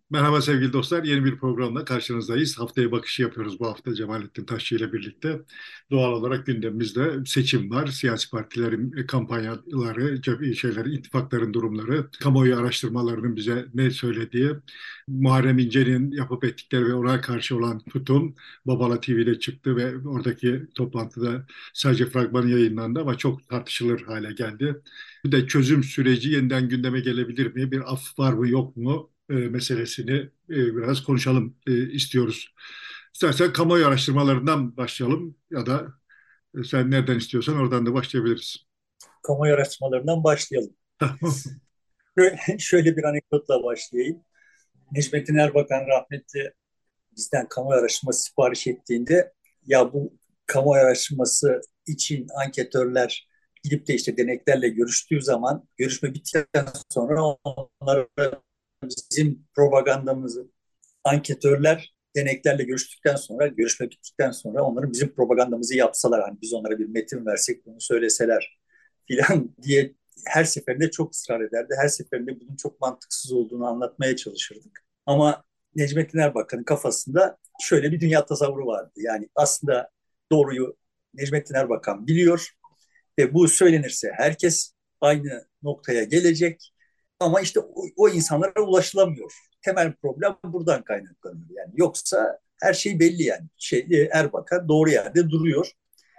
Merhaba sevgili dostlar. Yeni bir programla karşınızdayız. Haftaya bakışı yapıyoruz bu hafta Cemalettin Taşçı ile birlikte. Doğal olarak gündemimizde seçim var. Siyasi partilerin kampanyaları, ittifakların durumları, kamuoyu araştırmalarının bize ne söylediği, Muharrem İnce'nin yapıp ettikleri ve ona karşı olan tutum Babala TV'de çıktı ve oradaki toplantıda sadece fragmanı yayınlandı ama çok tartışılır hale geldi. Bir de çözüm süreci yeniden gündeme gelebilir mi? Bir af var mı yok mu? Meselesini biraz konuşalım istiyoruz. İstersen kamuoyu araştırmalarından başlayalım ya da sen nereden istiyorsan oradan da başlayabiliriz. Kamuoyu araştırmalarından başlayalım. Şöyle bir anekdotla başlayayım. Necmettin Erbakan rahmetli bizden kamuoyu araştırması sipariş ettiğinde ya bu kamuoyu araştırması için anketörler gidip de işte deneklerle görüştüğü zaman görüşme bittikten sonra onlara bizim propagandamızı anketörler deneklerle görüştükten sonra görüşme bittikten sonra onların bizim propagandamızı yapsalar hani biz onlara bir metin versek bunu söyleseler filan diye her seferinde çok ısrar ederdi. Her seferinde bunun çok mantıksız olduğunu anlatmaya çalışırdık. Ama Necmettin Erbakan'ın kafasında şöyle bir dünya tasavvuru vardı. Yani aslında doğruyu Necmettin Erbakan biliyor ve bu söylenirse herkes aynı noktaya gelecek. Ama işte o insanlara ulaşılamıyor. Temel problem buradan kaynaklanıyor. Yani yoksa her şey belli yani. Erbakan doğru yerde duruyor.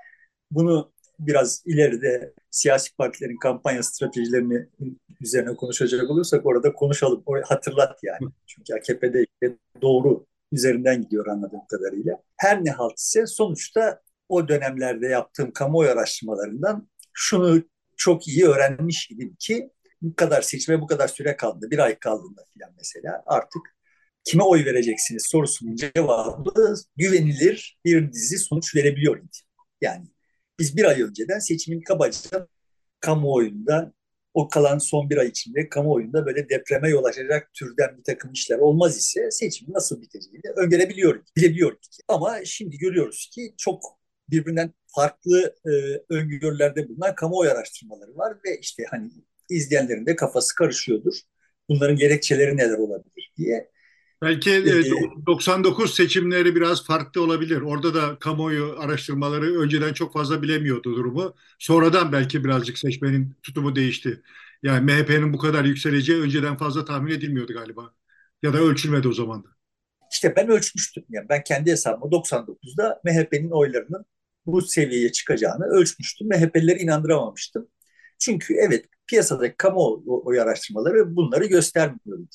Bunu biraz ileride siyasi partilerin kampanya stratejilerini üzerine konuşacak olursak orada konuşalım. Orayı hatırlat yani. Çünkü AKP'de doğru üzerinden gidiyor anladığım kadarıyla. Her ne halt ise sonuçta o dönemlerde yaptığım kamuoyu araştırmalarından şunu çok iyi öğrenmiş idim ki bu kadar seçime bu kadar süre kaldı. Bir ay kaldığında falan mesela artık kime oy vereceksiniz sorusunun cevabı güvenilir bir dizi sonuç verebiliyor idi. Yani biz bir ay önceden seçimin kabaca kamuoyunda o kalan son bir ay içinde kamuoyunda böyle depreme yol açacak türden bir takım işler olmaz ise seçimin nasıl biteceğini öngörebiliyoruz, bilebiliyorduk. Ama şimdi görüyoruz ki çok birbirinden farklı öngörülerde bulunan kamuoyu araştırmaları var ve işte hani izleyenlerin de kafası karışıyordur. Bunların gerekçeleri neler olabilir diye. Belki E, 99 seçimleri biraz farklı olabilir. Orada da kamuoyu araştırmaları önceden çok fazla bilemiyordu durumu. Sonradan belki birazcık seçmenin tutumu değişti. Yani MHP'nin bu kadar yükseleceği önceden fazla tahmin edilmiyordu galiba. Ya da ölçülmedi o zaman da. İşte ben ölçmüştüm. Yani ben kendi hesabıma 99'da MHP'nin oylarının bu seviyeye çıkacağını ölçmüştüm. MHP'lileri inandıramamıştım. Çünkü evet piyasadaki kamuoyu araştırmaları bunları göstermiyordu.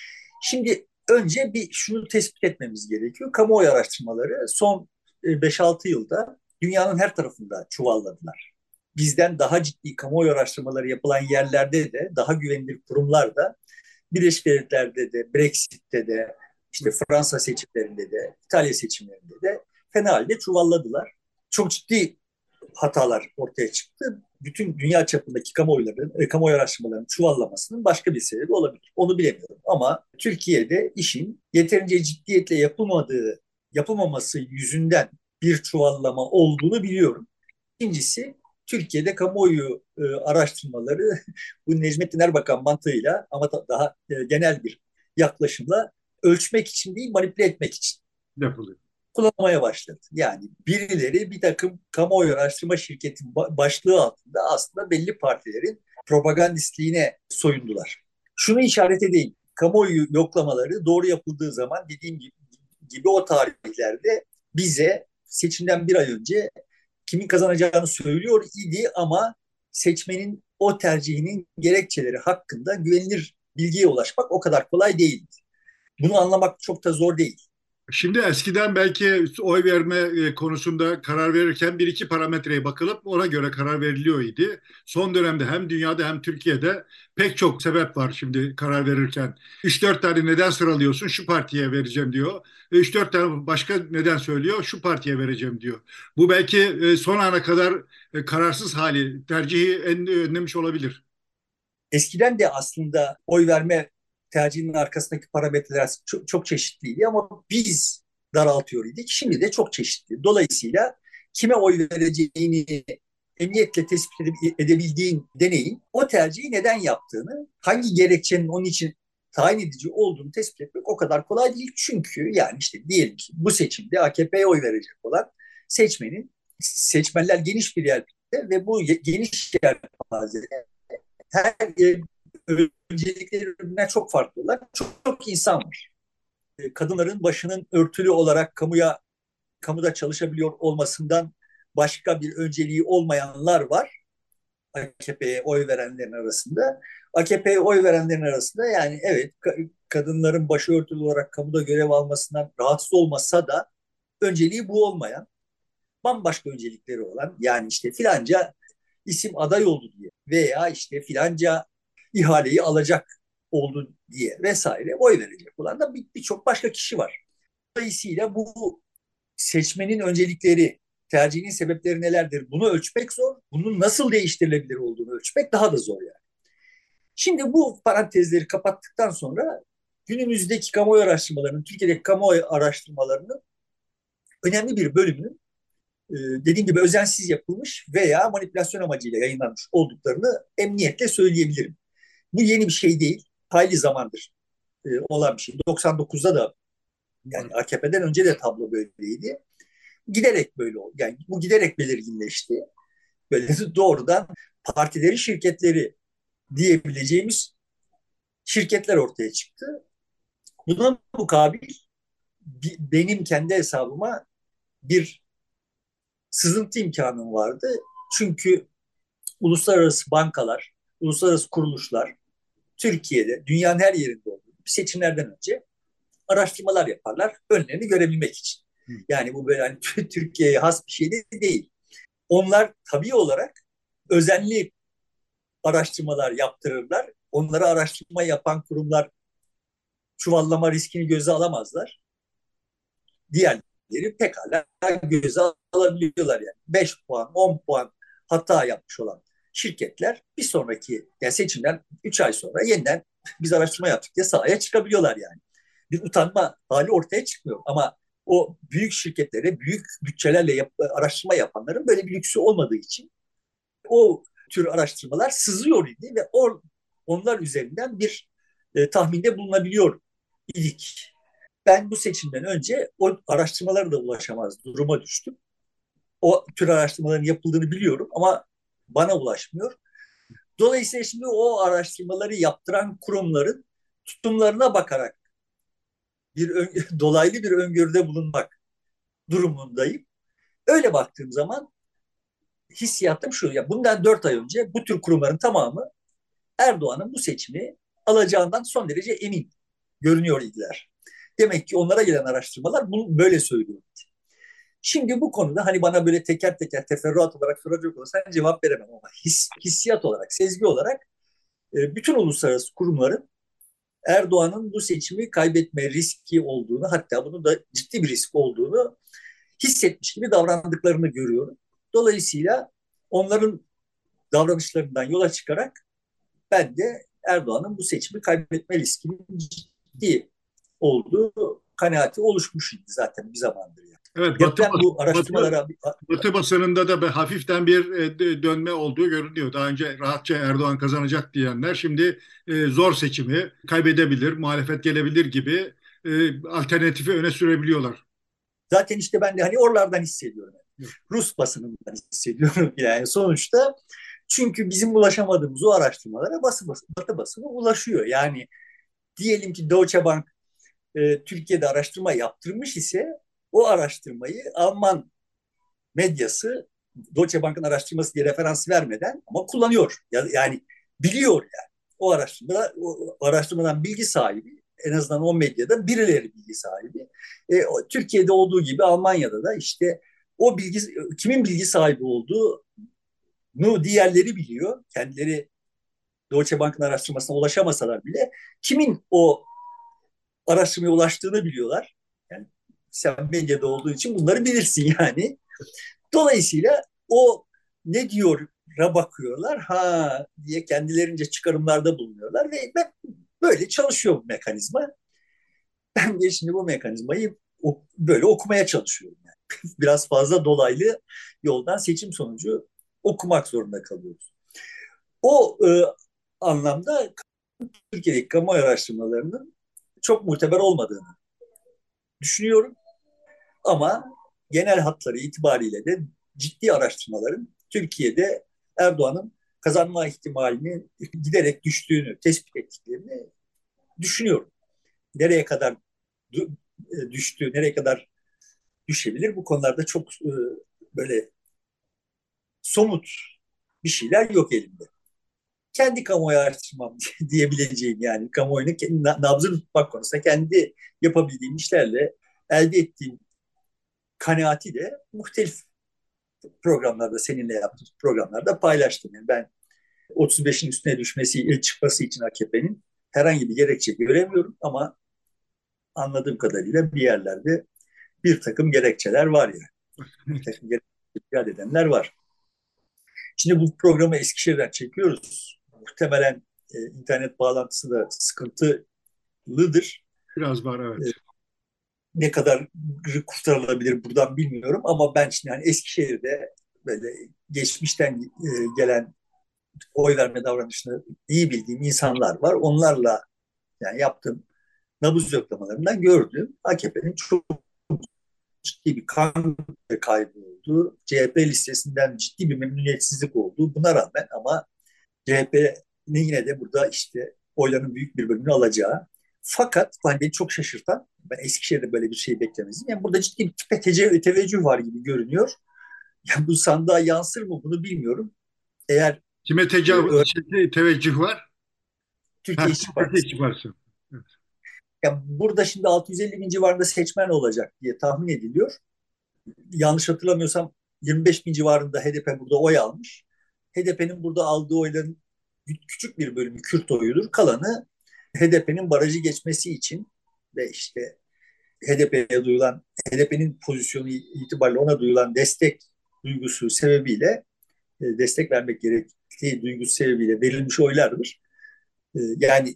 Şimdi önce bir şunu tespit etmemiz gerekiyor. Kamuoyu araştırmaları son 5-6 yılda dünyanın her tarafında çuvalladılar. Bizden daha ciddi kamuoyu araştırmaları yapılan yerlerde de daha güvenilir kurumlarda Birleşik Devletler'de de, Brexit'te de, işte Fransa seçimlerinde de, İtalya seçimlerinde de fena halde çuvalladılar. Çok ciddi hatalar ortaya çıktı. Bütün dünya çapındaki kamuoyu araştırmalarının çuvallamasının başka bir sebebi olabilir. Onu bilemiyorum. Ama Türkiye'de işin yeterince ciddiyetle yapılmaması yüzünden bir çuvallama olduğunu biliyorum. İkincisi Türkiye'de kamuoyu araştırmaları bu Necmettin Erbakan mantığıyla ama daha genel bir yaklaşımla ölçmek için değil manipüle etmek için Yapılıyor. kullanmaya başladı. Yani birileri bir takım kamuoyu araştırma şirketi başlığı altında aslında belli partilerin propagandistliğine soyundular. Şunu işaret edeyim. Kamuoyu yoklamaları doğru yapıldığı zaman dediğim gibi o tarihlerde bize seçimden bir ay önce kimin kazanacağını söylüyor idi ama seçmenin o tercihinin gerekçeleri hakkında güvenilir bilgiye ulaşmak o kadar kolay değildi. Bunu anlamak çok da zor değil. Şimdi eskiden belki oy verme konusunda karar verirken bir iki parametreye bakılıp ona göre karar veriliyor idi. Son dönemde hem dünyada hem Türkiye'de pek çok sebep var şimdi karar verirken. 3-4 tane neden sıralıyorsun, şu partiye vereceğim diyor. 3-4 tane başka neden söylüyor, şu partiye vereceğim diyor. Bu belki son ana kadar kararsız hali, tercihi önlemiş olabilir. Eskiden de aslında oy verme tercihinin arkasındaki parametreler çok çeşitliydi ama biz daraltıyor idik. Şimdi de çok çeşitli. Dolayısıyla kime oy vereceğini emniyetle tespit edebildiğin deneyin o tercihi neden yaptığını, hangi gerekçenin onun için tayin edici olduğunu tespit etmek o kadar kolay değil. Çünkü yani işte diyelim ki bu seçimde AKP'ye oy verecek olan seçmenler geniş bir yerde ve bu geniş yelpazede her öncelikleri çok farklı olan çok insan var. Kadınların başının örtülü olarak kamuda çalışabiliyor olmasından başka bir önceliği olmayanlar var AKP'ye oy verenlerin arasında. AKP'ye oy verenlerin arasında yani evet kadınların başörtülü olarak kamuda görev almasından rahatsız olmasa da önceliği bu olmayan, bambaşka öncelikleri olan yani işte filanca isim aday oldu diye veya işte filanca ihaleyi alacak oldu diye vesaire oy verecek olan da birçok başka kişi var. Dolayısıyla bu seçmenin öncelikleri, tercihinin sebepleri nelerdir? Bunu ölçmek zor. Bunun nasıl değiştirilebilir olduğunu ölçmek daha da zor yani. Şimdi bu parantezleri kapattıktan sonra günümüzdeki kamuoyu araştırmalarının, Türkiye'deki kamuoyu araştırmalarının önemli bir bölümünün dediğim gibi özensiz yapılmış veya manipülasyon amacıyla yayınlanmış olduklarını emniyetle söyleyebilirim. Bu yeni bir şey değil. Hayli zamandır olan bir şey. 99'da da yani AKP'den önce de tablo böyleydi. Giderek böyle oldu. Yani bu giderek belirginleşti. Böyle doğrudan partileri, şirketleri diyebileceğimiz şirketler ortaya çıktı. Buna mukabil benim kendi hesabıma bir sızıntı imkanım vardı. Çünkü uluslararası bankalar, uluslararası kuruluşlar Türkiye'de, dünyanın her yerinde olduğu seçimlerden önce araştırmalar yaparlar önlerini görebilmek için. Yani bu böyle hani Türkiye'ye has bir şey de değil. Onlar tabii olarak özenli araştırmalar yaptırırlar. Onlara araştırma yapan kurumlar çuvallama riskini göze alamazlar. Diğerleri pekala göze alabiliyorlar yani. 5 puan, 10 puan hata yapmış olan şirketler bir sonraki yani seçimden 3 ay sonra yeniden biz araştırma yaptık diye sahaya çıkabiliyorlar yani. Bir utanma hali ortaya çıkmıyor ama o büyük şirketlere büyük bütçelerle araştırma yapanların böyle bir lüksü olmadığı için o tür araştırmalar sızıyor idi ve onlar üzerinden bir tahminde bulunabiliyor idik. Ben bu seçimden önce o araştırmalara da ulaşamaz duruma düştüm. O tür araştırmaların yapıldığını biliyorum ama bana ulaşmıyor. Dolayısıyla şimdi o araştırmaları yaptıran kurumların tutumlarına bakarak dolaylı bir öngörüde bulunmak durumundayım. Öyle baktığım zaman hissiyatım şu. Ya bundan 4 ay önce bu tür kurumların tamamı Erdoğan'ın bu seçimi alacağından son derece emin görünüyor idiler. Demek ki onlara gelen araştırmalar bunu böyle söylüyor. Şimdi bu konuda hani bana böyle teker teker teferruat olarak soracak olursan cevap veremem ama hissiyat olarak, sezgi olarak bütün uluslararası kurumların Erdoğan'ın bu seçimi kaybetme riski olduğunu hatta bunun da ciddi bir risk olduğunu hissetmiş gibi davrandıklarını görüyorum. Dolayısıyla onların davranışlarından yola çıkarak ben de Erdoğan'ın bu seçimi kaybetme riskinin ciddi olduğu kanaati oluşmuş zaten bir zamandır. Yani. Evet, Yapılan bu araştırmalara... Batı basınında da hafiften bir dönme olduğu görünüyor. Daha önce rahatça Erdoğan kazanacak diyenler şimdi zor seçimi kaybedebilir, muhalefet gelebilir gibi alternatifi öne sürebiliyorlar. Zaten işte ben de hani oralardan hissediyorum. Rus basınından hissediyorum yani sonuçta. Çünkü bizim ulaşamadığımız o araştırmalara Batı basını ulaşıyor. Yani diyelim ki Deutsche Bank Türkiye'de araştırma yaptırmış ise o araştırmayı Alman medyası Deutsche Bank'ın araştırması diye referans vermeden ama kullanıyor. Yani biliyor yani. O araştırmadan bilgi sahibi en azından o medyada birileri bilgi sahibi. Türkiye'de olduğu gibi Almanya'da da işte o bilgi kimin bilgi sahibi olduğunu diğerleri biliyor. Kendileri Deutsche Bank'ın araştırmasına ulaşamasalar bile kimin o araştırmaya ulaştığını biliyorlar. Yani sen medyada olduğu için bunları bilirsin yani. Dolayısıyla o ne diyor bakıyorlar ha diye kendilerince çıkarımlarda bulunuyorlar ve böyle çalışıyor bu mekanizma. Ben de şimdi bu mekanizmayı böyle okumaya çalışıyorum. Yani. Biraz fazla dolaylı yoldan seçim sonucu okumak zorunda kalıyoruz. O anlamda Türkiye'deki kamuoyu araştırmalarının çok muteber olmadığını düşünüyorum. Ama genel hatları itibariyle de ciddi araştırmaların Türkiye'de Erdoğan'ın kazanma ihtimalinin giderek düştüğünü tespit ettiklerini düşünüyorum. Nereye kadar düştüğü, nereye kadar düşebilir bu konularda çok böyle somut bir şeyler yok elimde. Kendi kamuoyu araştırmam diyebileceğim, yani kamuoyunun nabzını tutmak konusunda kendi yapabildiğim işlerle elde ettiğim kanaati de muhtelif programlarda, seninle yaptığımız programlarda paylaştım. Yani ben 35'in üstüne düşmesi, çıkması için AKP'nin herhangi bir gerekçe göremiyorum ama anladığım kadarıyla bir yerlerde bir takım gerekçeler var yani. Bir takım gerekçeler edenler var. Şimdi bu programı Eskişehir'den çekiyoruz. Muhtemelen internet bağlantısı da sıkıntılıdır. Biraz var, E, evet. Ne kadar kurtarılabilir buradan bilmiyorum ama ben şimdi yani Eskişehir'de böyle geçmişten gelen oy verme davranışını iyi bildiğim insanlar var. Onlarla yani yaptığım nabız yoklamalarından gördüğüm AKP'nin çok ciddi bir kan kaybı olduğu, CHP listesinden ciddi bir memnuniyetsizlik olduğu, buna rağmen ama CHP'nin yine de burada işte oyların büyük bir bölümünü alacağı. Fakat hani beni çok şaşırtan, ben Eskişehir'de böyle bir şey beklemezdim. Yani burada ciddi bir tipe teveccüh var gibi görünüyor. Yani bu sandığa yansır mı bunu bilmiyorum. Eğer Kime teveccüh var? Ha, Türkiye İşçi Türkiye Partisi, İşçi Partisi. Evet. yani burada şimdi 650 bin civarında seçmen olacak diye tahmin ediliyor. Yanlış hatırlamıyorsam 25 bin civarında HDP burada oy almış. HDP'nin burada aldığı oyların küçük bir bölümü Kürt oyudur. Kalanı HDP'nin barajı geçmesi için ve işte HDP'ye duyulan, HDP'nin pozisyonu itibariyle ona duyulan destek duygusu sebebiyle, destek vermek gerektiği duygusu sebebiyle verilmiş oylardır. Yani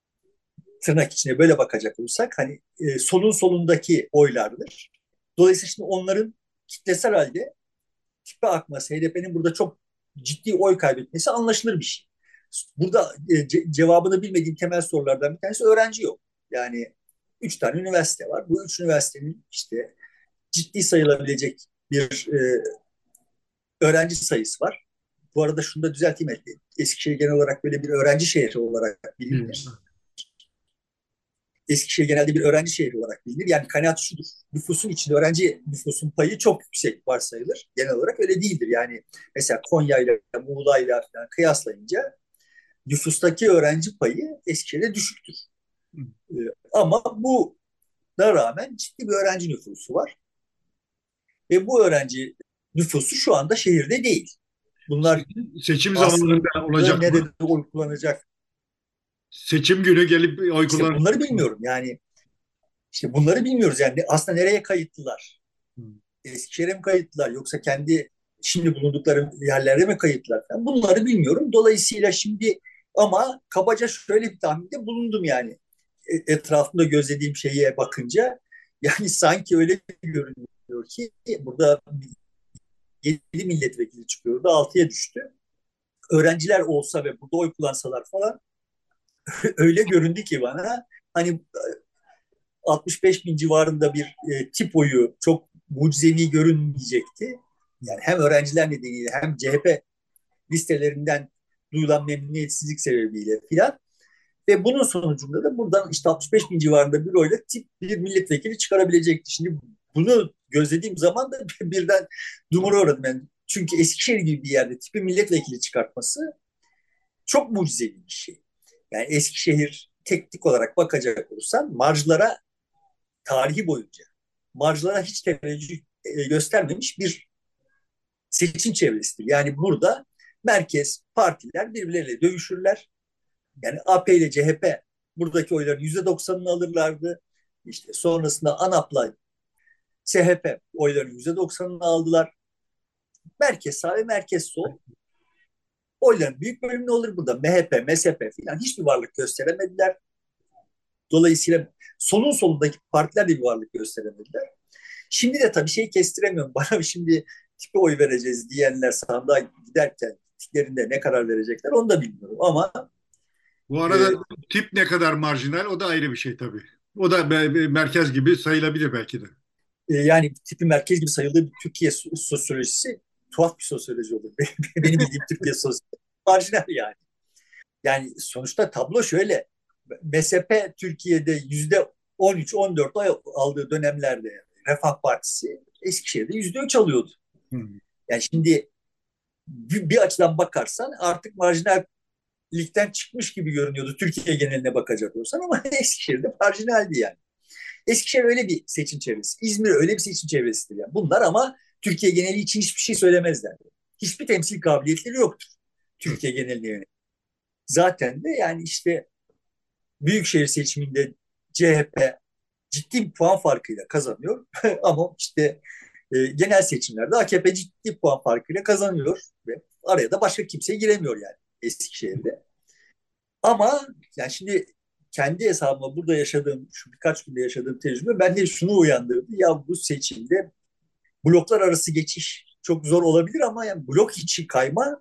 tırnak içine böyle bakacak olursak hani solun solundaki oylardır. Dolayısıyla şimdi onların kitlesel halde tipe akması, HDP'nin burada çok ciddi oy kaybetmesi anlaşılır bir şey. Burada cevabını bilmediğim temel sorulardan bir tanesi öğrenci yok. Yani 3 tane üniversite var. Bu 3 üniversitenin işte ciddi sayılabilecek bir öğrenci sayısı var. Bu arada şunu da düzelteyim. Eskişehir genel olarak böyle bir öğrenci şehri olarak bilinir. Eskişehir genelde bir öğrenci şehri olarak bilinir. Yani kanaat şudur. Nüfusun içinde öğrenci nüfusun payı çok yüksek varsayılır. Genel olarak öyle değildir. Yani mesela Konya ile Muğla ile falan kıyaslayınca nüfustaki öğrenci payı Eskişehir'de düşüktür. Ee, Ama buna rağmen ciddi bir öğrenci nüfusu var. Ve bu öğrenci nüfusu şu anda şehirde değil. Bunlar Seçim zamanında aslında olacak mı? nerede oy kullanacak? Seçim günü gelip oy İşte bunları kullanacak mı? bilmiyorum. Yani işte bunları bilmiyoruz. Yani aslında nereye kayıtlılar? Eskişehir'e mi kayıtlılar yoksa kendi şimdi bulundukları yerlerde mi kayıtlılar falan, bunları bilmiyorum. Dolayısıyla şimdi ama kabaca şöyle bir tahminde bulundum yani. Etrafımda gözlediğim şeye bakınca yani sanki öyle görünüyor ki burada 7 milletvekili çıkıyordu, 6'ya düştü. Öğrenciler olsa ve burada oy kullansalar falan öyle göründü ki bana hani 65 bin civarında bir tip oyu çok mucizevi görünmeyecekti. Yani hem öğrenciler nedeniyle hem CHP listelerinden duyulan memnuniyetsizlik sebebiyle filan. Ve bunun sonucunda da buradan işte 65 bin civarında bir oyla tip bir milletvekili çıkarabilecekti. Şimdi bunu gözlediğim zaman da birden dumura uğradım. Yani çünkü Eskişehir gibi bir yerde tipi milletvekili çıkartması çok mucizevi bir şey. Yani Eskişehir teknik olarak bakacak olursan marjlara tarihi boyunca marjlara hiç teveccüh göstermemiş bir seçim çevresidir. Yani burada merkez partiler birbirleriyle dövüşürler. Yani AP ile CHP buradaki oyların %90'ını alırlardı. İşte sonrasında ANAP'la SHP oyların %90'ını aldılar. Merkez sağ ve merkez sol oyların büyük bölümünü alır burada. MHP, MSP falan hiçbir varlık gösteremediler. Dolayısıyla solun solundaki partiler de bir varlık gösteremediler. Şimdi de tabii şey kestiremiyorum. Bana şimdi tipe oy vereceğiz diyenler sandığa giderken tiplerinde ne karar verecekler onu da bilmiyorum. Ama Bu arada E, tip ne kadar marjinal o da ayrı bir şey tabii. O da merkez gibi sayılabilir belki de. Yani tipi merkez gibi sayıldığı bir Türkiye sosyolojisi tuhaf bir sosyoloji olur. Benim bildiğim Türkiye sosyolojisi marjinal yani. Yani sonuçta tablo şöyle. MSP Türkiye'de %13-14 oy aldığı dönemlerde Refah Partisi Eskişehir'de %3 alıyordu. Hmm. Yani şimdi bir açıdan bakarsan artık marjinallikten çıkmış gibi görünüyordu Türkiye geneline bakacak olsan ama Eskişehir'de marjinaldi yani. Eskişehir öyle bir seçim çevresi. İzmir öyle bir seçim çevresidir yani. Bunlar ama Türkiye geneli için hiçbir şey söylemezler. Hiçbir temsil kabiliyetleri yoktur Evet. Türkiye geneline yönelik. Zaten de yani işte Büyükşehir seçiminde CHP ciddi bir puan farkıyla kazanıyor. Ama işte genel seçimlerde AKP ciddi puan farkıyla kazanıyor ve araya da başka kimse giremiyor yani Eskişehir'de. Ama yani şimdi kendi hesabıma burada yaşadığım, şu birkaç günde yaşadığım tecrübe bende şunu uyandırdı. Ya bu seçimde bloklar arası geçiş çok zor olabilir ama yani blok içi kayma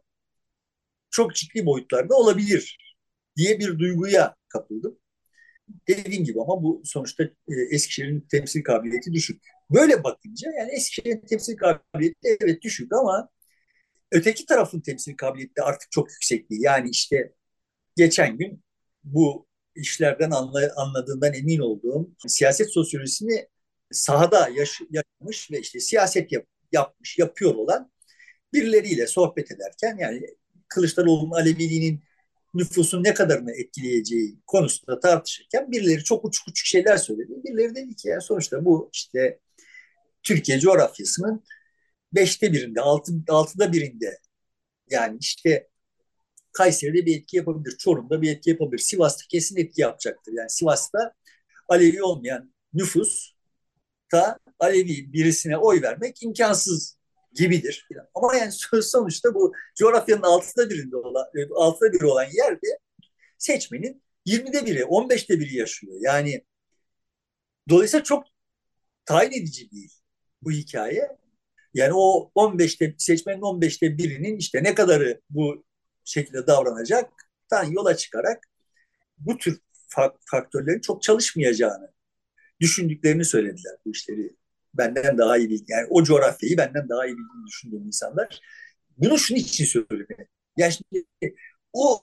çok ciddi boyutlarda olabilir diye bir duyguya kapıldım. Dediğim gibi ama bu sonuçta Eskişehir'in temsil kabiliyeti düşük. Böyle bakınca yani Eskişehir'in temsil kabiliyeti evet düşük ama öteki tarafın temsil kabiliyeti de artık çok yüksek değil. Yani işte geçen gün bu işlerden anladığından emin olduğum siyaset sosyolojisini sahada yaşamış ve işte siyaset yapmış, yapıyor olan birileriyle sohbet ederken yani Kılıçdaroğlu'nun Aleviliğinin nüfusun ne kadarını etkileyeceği konusunda tartışırken birileri çok uçuk uçuk şeyler söyledi. Birileri dedi ki yani sonuçta bu işte Türkiye coğrafyasının beşte birinde, altıda birinde yani işte Kayseri'de bir etki yapabilir, Çorum'da bir etki yapabilir, Sivas'ta kesin etki yapacaktır. Yani Sivas'ta Alevi olmayan nüfus da Alevi birisine oy vermek imkansız gibidir. Ama yani sonuçta bu coğrafyanın altıda biri olan yerde seçmenin 20'de biri, 15'te biri yaşıyor. Yani dolayısıyla çok tayin edici değil bu hikaye. Yani o 15'te seçmenin 15'te birinin işte ne kadarı bu şekilde davranacaktan yola çıkarak bu tür faktörlerin çok çalışmayacağını düşündüklerini söylediler bu işleri. Benden daha iyi bildiğini, yani o coğrafyayı benden daha iyi bildiğini düşündüğüm insanlar. Bunu şunun için söylüyorum. Yani şimdi o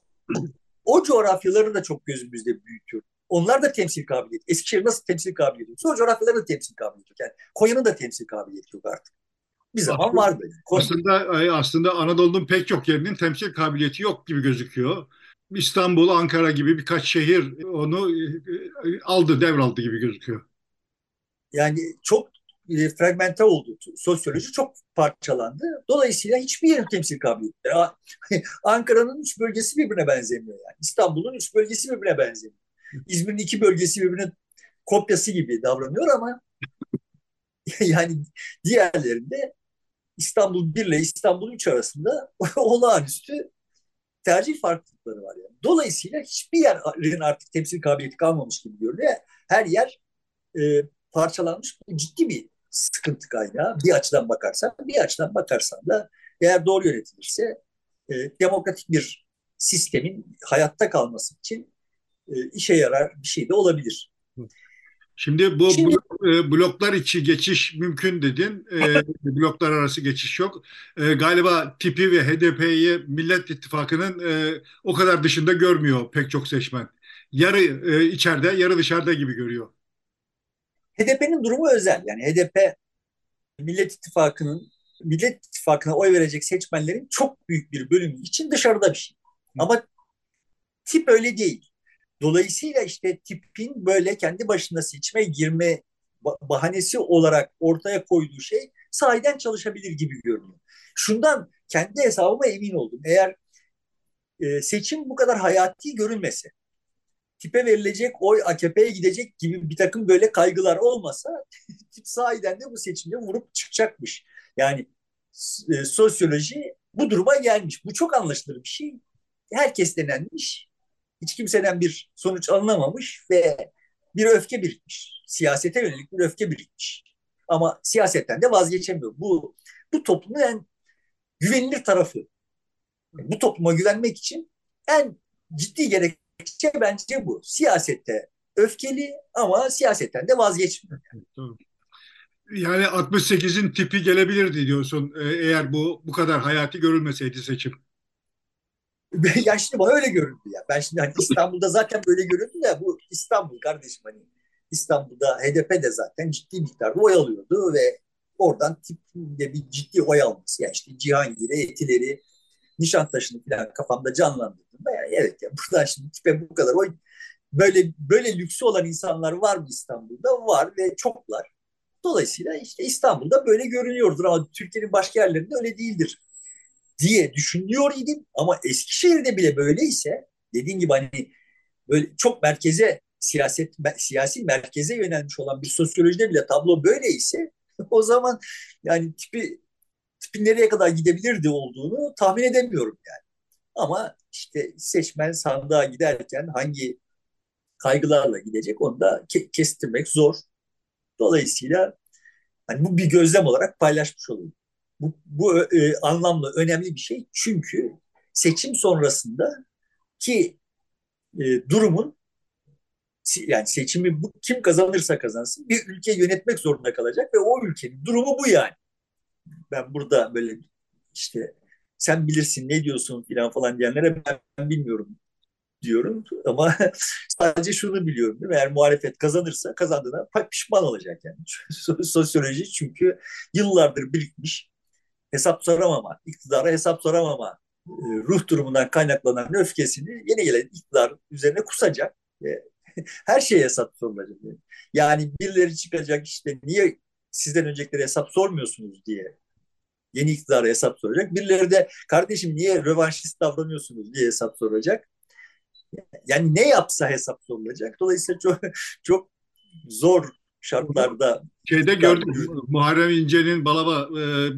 o coğrafyaları da çok gözümüzde büyütüyor. Onlar da temsil kabiliyeti. Eskişehir nasıl temsil kabiliyeti yoksa o coğrafyaların da temsil kabiliyeti yok. Yani Konya'nın da temsil kabiliyeti yok artık. Bir zaman Aslında, vardı. aslında Anadolu'nun pek çok yerinin temsil kabiliyeti yok gibi gözüküyor. İstanbul, Ankara gibi birkaç şehir onu aldı, devraldı gibi gözüküyor. Yani çok fragmente oldu. Sosyoloji çok parçalandı. Dolayısıyla hiçbir yerin temsil kabiliyeti. Ankara'nın üç bölgesi birbirine benzemiyor yani. İstanbul'un üç bölgesi birbirine benzemiyor. İzmir'in iki bölgesi birbirine kopyası gibi davranıyor ama yani diğerlerinde İstanbul 1 ile İstanbul 3 arasında olağanüstü tercih farklılıkları var yani. Dolayısıyla hiçbir yerin artık temsil kabiliyeti kalmamış gibi görünüyor. Her yer parçalanmış ciddi bir sıkıntı kaynağı bir açıdan bakarsan. Bir açıdan bakarsan da eğer doğru yönetilirse demokratik bir sistemin hayatta kalması için işe yarar bir şey de olabilir. Şimdi bu Şimdi bloklar içi geçiş mümkün dedin. Bloklar arası geçiş yok. Galiba tipi ve HDP'yi Millet İttifakı'nın o kadar dışında görmüyor pek çok seçmen. Yarı içeride, yarı dışarıda gibi görüyor. HDP'nin durumu özel. Yani HDP Millet İttifakı'na oy verecek seçmenlerin çok büyük bir bölümü için dışarıda bir şey. Ama tip öyle değil. Dolayısıyla işte tipin böyle kendi başına seçime girme bahanesi olarak ortaya koyduğu şey sahiden çalışabilir gibi görünüyor. Şundan kendi hesabıma emin oldum. Eğer seçim bu kadar hayati görünmese, tipe verilecek oy AKP'ye gidecek gibi bir takım böyle kaygılar olmasa tip sahiden de bu seçimde vurup çıkacakmış. Yani sosyoloji bu duruma gelmiş. Bu çok anlaşılır bir şey. Herkes denenmiş. Hiç kimseden bir sonuç alınamamış ve bir öfke birikmiş. Siyasete yönelik bir öfke birikmiş. Ama siyasetten de vazgeçemiyor. Bu toplumun en güvenilir tarafı. Bu topluma güvenmek için en ciddi bence bu. Siyasette öfkeli ama siyasetten de vazgeçmiyor. Tamam. Yani 68'in tipi gelebilirdi diyorsun, eğer bu kadar hayati görülmeseydi seçim. Ya şimdi bana öyle göründü ya. Ben şimdi hani İstanbul'da zaten böyle göründü de bu İstanbul kardeşim hani İstanbul'da HDP de zaten ciddi miktarda oy alıyordu ve oradan tipinde bir ciddi oy alması. Yani işte Cihangir'i, Etileri, Nişantaşı'nı falan kafamda canlandırdım. Yani evet ya buradan şimdi tipe bu kadar oy böyle lüksü olan insanlar var mı İstanbul'da? Var ve çoklar. Dolayısıyla işte İstanbul'da böyle görünüyordur ama Türkiye'nin başka yerlerinde öyle değildir diye düşünüyor idim. Ama Eskişehir'de bile böyleyse dediğin gibi hani böyle çok siyasi merkeze yönelmiş olan bir sosyolojide bile tablo böyleyse o zaman yani tipin nereye kadar gidebilirdi olduğunu tahmin edemiyorum yani. Ama işte seçmen sandığa giderken hangi kaygılarla gidecek onu da kestirmek zor. Dolayısıyla hani bu bir gözlem olarak paylaşmış olayım. Bu anlamda önemli bir şey çünkü seçim sonrasında ki durumun yani seçimi kim kazanırsa kazansın bir ülke yönetmek zorunda kalacak ve o ülkenin durumu bu yani. Ben burada böyle işte sen bilirsin ne diyorsun falan diyenlere ben bilmiyorum diyorum ama sadece şunu biliyorum değil mi? Eğer muhalefet kazanırsa kazandığına pişman olacak yani. Sosyoloji çünkü yıllardır birikmiş hesap soramama, iktidara hesap soramama ruh durumundan kaynaklanan öfkesini yeni gelen iktidar üzerine kusacak ve her şeye hesap sorulacak. Yani birileri çıkacak işte niye sizden öncekileri hesap sormuyorsunuz diye yeni iktidara hesap soracak. Birileri de kardeşim niye rövanşist davranıyorsunuz diye hesap soracak. Yani ne yapsa hesap sorulacak. Dolayısıyla çok çok zor şartlarda Şeyde iktidar gördüm, Muharrem İnce'nin Balaba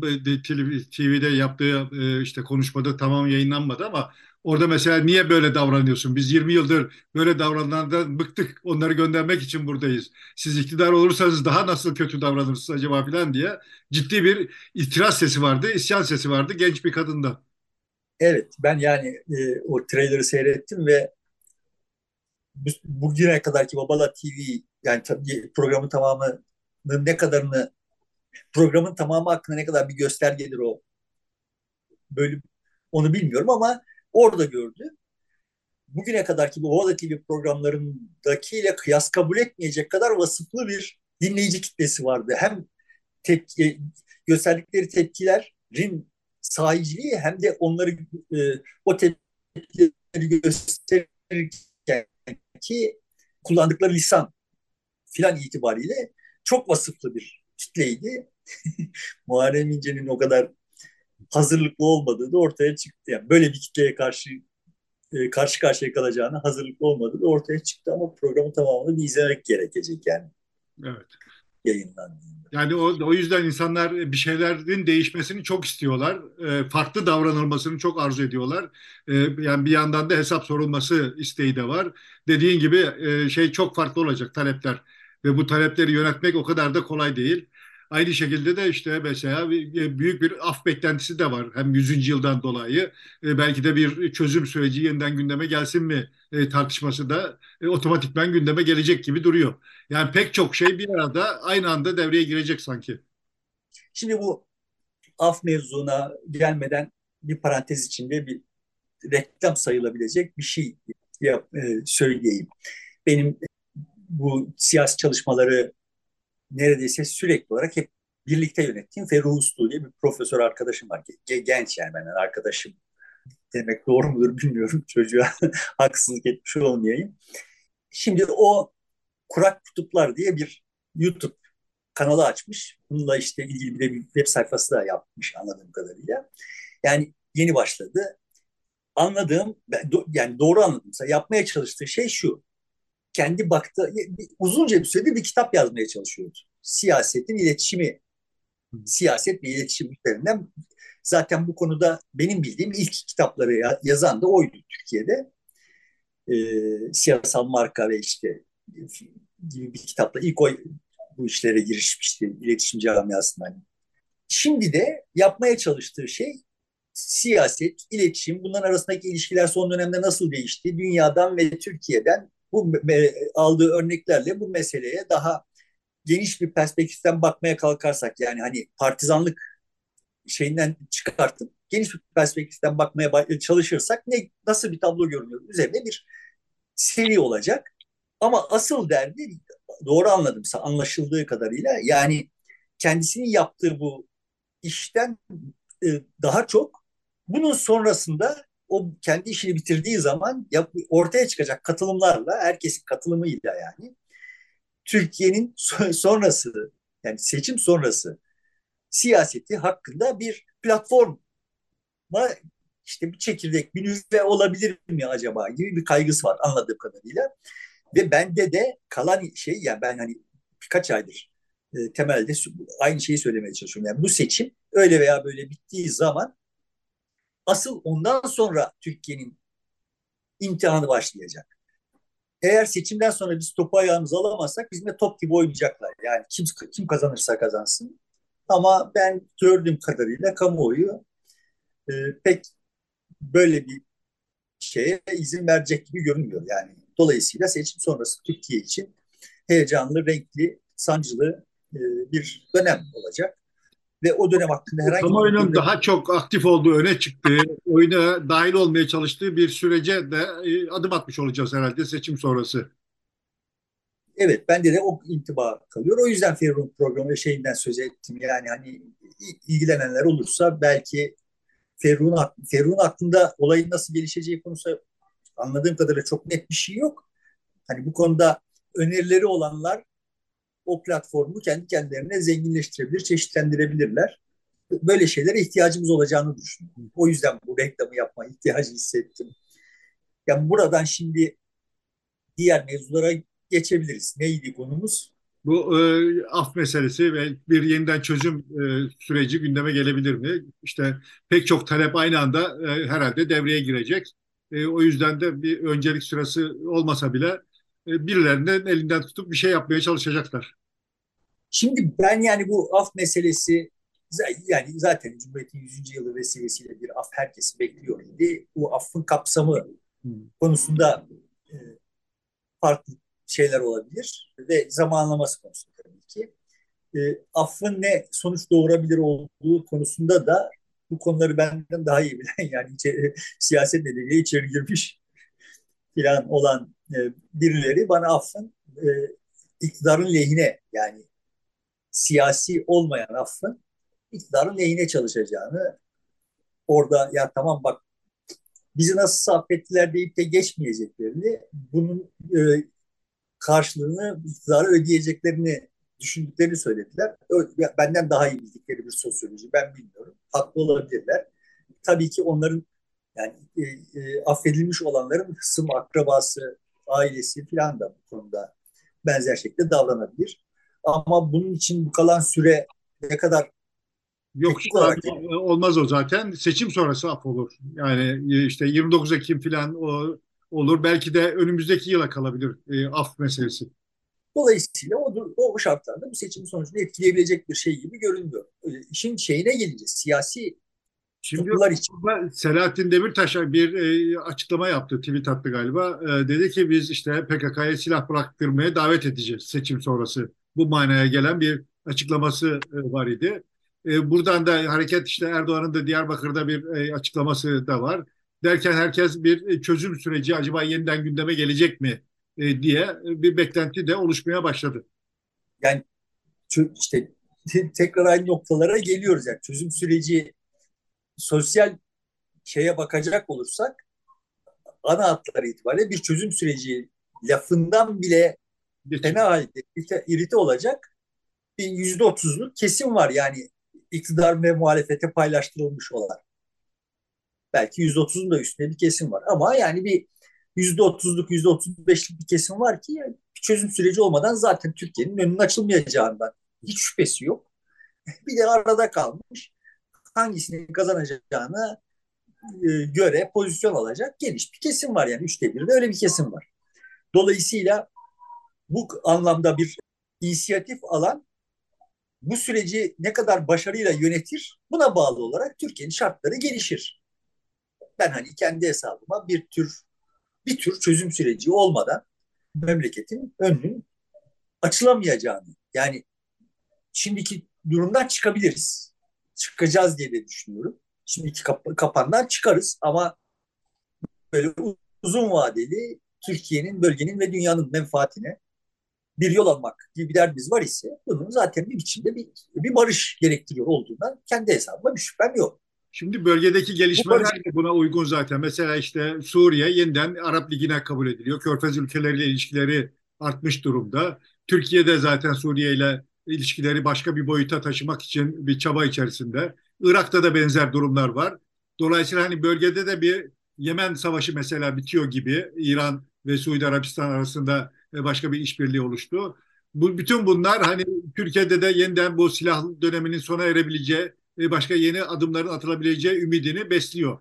TV'de yaptığı işte konuşmada tamam yayınlanmadı ama orada mesela niye böyle davranıyorsun? Biz 20 yıldır böyle davrananlardan bıktık. Onları göndermek için buradayız. Siz iktidar olursanız daha nasıl kötü davranırsınız acaba falan diye ciddi bir itiraz sesi vardı, isyan sesi vardı genç bir kadında. evet ben yani o trailer'ı seyrettim ve bugüne kadarki Babala TV yani tabii programın tamamı hakkında ne kadar bir göstergedir o bölüm onu bilmiyorum ama orada gördü. Bugüne kadarki bu Babala TV programlarındakiyle kıyas kabul etmeyecek kadar vasıflı bir dinleyici kitlesi vardı. Hem tepki, gösterdikleri tepkilerin sahiciliği hem de onları o tepkileri gösterirken ki kullandıkları lisan filan itibariyle çok vasıflı bir kitleydi. Muharrem İnce'nin o kadar hazırlıklı olmadığı da ortaya çıktı. Yani böyle bir kitleye karşı karşıya kalacağını hazırlıklı olmadığı da ortaya çıktı ama programın tamamını bir izlemek gerekecek yani Evet. yayınlandığında. Yani o yüzden insanlar bir şeylerin değişmesini çok istiyorlar. Farklı davranılmasını çok arzu ediyorlar. Yani bir yandan da hesap sorulması isteği de var. Dediğin gibi şey çok farklı olacak talepler. Ve bu talepleri yönetmek o kadar da kolay değil. Aynı şekilde de işte mesela büyük bir af beklentisi de var. Hem 100. yıldan dolayı belki de bir çözüm süreci yeniden gündeme gelsin mi tartışması da otomatikman gündeme gelecek gibi duruyor. Yani pek çok şey bir arada aynı anda devreye girecek sanki. Şimdi bu af mevzuna gelmeden bir parantez içinde bir reklam sayılabilecek bir şey söyleyeyim. Benim bu siyasi çalışmaları neredeyse sürekli olarak hep birlikte yönettiğim Ferruh Uslu diye bir profesör arkadaşım var. Genç yani benden arkadaşım demek doğru mudur bilmiyorum. Çocuğa haksızlık etmiş olmayayım. Şimdi o Kurak Kutuplar diye bir YouTube kanalı açmış. Bununla işte ilgili bir de bir web sayfası da yapmış anladığım kadarıyla. Yani yeni başladı. Yani doğru anladımsa yapmaya çalıştığı şey şu. Kendi baktığı uzunca bir süredir bir kitap yazmaya çalışıyordu. Siyaset ve iletişim üzerinden zaten bu konuda benim bildiğim ilk kitapları yazan da oydu Türkiye'de. Siyasal marka ve işte gibi bir kitapla ilk bu işlere girişmişti iletişim camiasından. Şimdi de yapmaya çalıştığı şey siyaset, iletişim, bunların arasındaki ilişkiler son dönemde nasıl değişti? Dünyadan ve Türkiye'den bu aldığı örneklerle bu meseleye daha geniş bir perspektiften bakmaya kalkarsak, yani hani partizanlık şeyinden çıkartıp geniş bir perspektiften bakmaya çalışırsak nasıl bir tablo görünüyor? Üzerine bir seri olacak. Ama asıl derdi, doğru anladımsa, anlaşıldığı kadarıyla, yani kendisinin yaptığı bu işten e, daha çok bunun sonrasında o kendi işini bitirdiği zaman ortaya çıkacak katılımlarla, herkesin katılımıyla, yani Türkiye'nin sonrası, yani seçim sonrası siyaseti hakkında bir platforma, işte bir çekirdek, bir nüve olabilir mi acaba gibi bir kaygısı var anladığım kadarıyla. Ve bende de kalan şey, yani ben hani birkaç aydır temelde aynı şeyi söylemeye çalışıyorum. Yani bu seçim öyle veya böyle bittiği zaman asıl ondan sonra Türkiye'nin imtihanı başlayacak. Eğer seçimden sonra biz topu ayağımıza alamazsak bizimle top gibi oynayacaklar. Yani kim kazanırsa kazansın. Ama ben gördüğüm kadarıyla kamuoyu e, pek böyle bir şeye izin verecek gibi görünmüyor. Yani dolayısıyla seçim sonrası Türkiye için heyecanlı, renkli, sancılı bir dönem olacak. Ve o dönem hakkında herhangi bir Kamuoyunun yorum. daha çok aktif olduğu, öne çıktığı, oyuna dahil olmaya çalıştığı bir sürece de adım atmış olacağız herhalde seçim sonrası. Evet, bende de o intiba kalıyor. O yüzden Ferruh'un programı şeyinden söz ettim. Yani hani ilgilenenler olursa belki Ferruh'un aklında olayın nasıl gelişeceği konusu anladığım kadarıyla çok net bir şey yok. Hani bu konuda önerileri olanlar o platformu kendi kendilerine zenginleştirebilir, çeşitlendirebilirler. Böyle şeylere ihtiyacımız olacağını düşünüyorum. O yüzden bu reklamı yapma ihtiyacı hissettim. Yani buradan şimdi diğer mevzulara geçebiliriz. Neydi konumuz? Bu af meselesi ve bir yeniden çözüm süreci gündeme gelebilir mi? İşte pek çok talep aynı anda herhalde devreye girecek. O yüzden de bir öncelik sırası olmasa bile birilerinin elinden tutup bir şey yapmaya çalışacaklar. Şimdi ben, yani bu af meselesi, yani zaten Cumhuriyet'in 100. yılı vesilesiyle bir af herkes bekliyor idi. Bu affın kapsamı Hmm. konusunda e, farklı şeyler olabilir ve zamanlaması konusunda tabii ki. Affın ne sonuç doğurabilir olduğu konusunda da bu konuları benden daha iyi bilen, yani siyaset nedeniyle içeri girmiş falan olan birileri bana affın iktidarın lehine, yani siyasi olmayan affın iktidarın lehine çalışacağını, orada ya tamam bak bizi nasıl affettiler deyip de geçmeyeceklerini, bunun karşılığını iktidara ödeyeceklerini düşündüklerini söylediler. Benden daha iyi bildikleri bir sosyoloji, ben bilmiyorum. Haklı olabilirler. Tabii ki onların, yani affedilmiş olanların hısım, akrabası, ailesi falan da bu konuda benzer şekilde davranabilir. Ama bunun için bu kalan süre ne kadar Yok, teknik şu an olarak olmaz o zaten. Seçim sonrası af olur. Yani işte 29 Ekim falan o olur. Belki de önümüzdeki yıla kalabilir af meselesi. dolayısıyla o şartlarda bu seçim sonucunu etkileyebilecek bir şey gibi görünmüyor. İşin şeyine gelince, siyasi Şimdi tutumlar için. Selahattin Demirtaş bir açıklama yaptı, tweet attı galiba. Dedi ki biz işte PKK'ya silah bıraktırmaya davet edeceğiz seçim sonrası. Bu manaya gelen bir açıklaması var idi. Buradan da hareket işte Erdoğan'ın da Diyarbakır'da bir açıklaması da var. Derken herkes bir çözüm süreci acaba yeniden gündeme gelecek mi diye bir beklenti de oluşmaya başladı. Yani işte tekrar aynı noktalara geliyoruz. Yani çözüm süreci, sosyal şeye bakacak olursak, ana hatları itibariyle bir çözüm süreci lafından bile fena Geçin. halde irite olacak bir %30'luk kesim var. Yani iktidar ve muhalefete paylaştırılmış olan. Belki %30'un da üstünde bir kesim var. Ama yani bir %30'luk, %35'lik bir kesim var ki, yani bir çözüm süreci olmadan zaten Türkiye'nin önünün açılmayacağından hiç şüphesi yok. Bir de arada kalmış, hangisini kazanacağını göre pozisyon alacak geniş bir kesim var. Yani üçte bir de öyle bir kesim var. Dolayısıyla bu anlamda bir inisiyatif alan bu süreci ne kadar başarıyla yönetir, buna bağlı olarak Türkiye'nin şartları gelişir. Ben hani kendi hesabıma bir tür çözüm süreci olmadan memleketin önünün açılamayacağını, yani şimdiki durumdan çıkabiliriz. Çıkacağız diye de düşünüyorum. Şimdiki kapandan çıkarız ama böyle uzun vadeli Türkiye'nin, bölgenin ve dünyanın menfaatine bir yol almak gibi bir derdimiz var ise bunun zaten bir biçimde bir barış gerektiriyor olduğundan kendi hesabıma bir şüphem yok. Şimdi bölgedeki Bu gelişmeler barış de buna uygun zaten. Mesela işte Suriye yeniden Arap Ligi'ne kabul ediliyor. Körfez ülkeleriyle ilişkileri artmış durumda. Türkiye de zaten Suriye ile ilişkileri başka bir boyuta taşımak için bir çaba içerisinde. Irak'ta da benzer durumlar var. Dolayısıyla hani bölgede de bir Yemen Savaşı mesela bitiyor gibi İran ve Suudi Arabistan arasında başka bir işbirliği oluştu. Bütün bunlar hani Türkiye'de de yeniden bu silah döneminin sona erebileceği başka yeni adımların atılabileceği ümidini besliyor.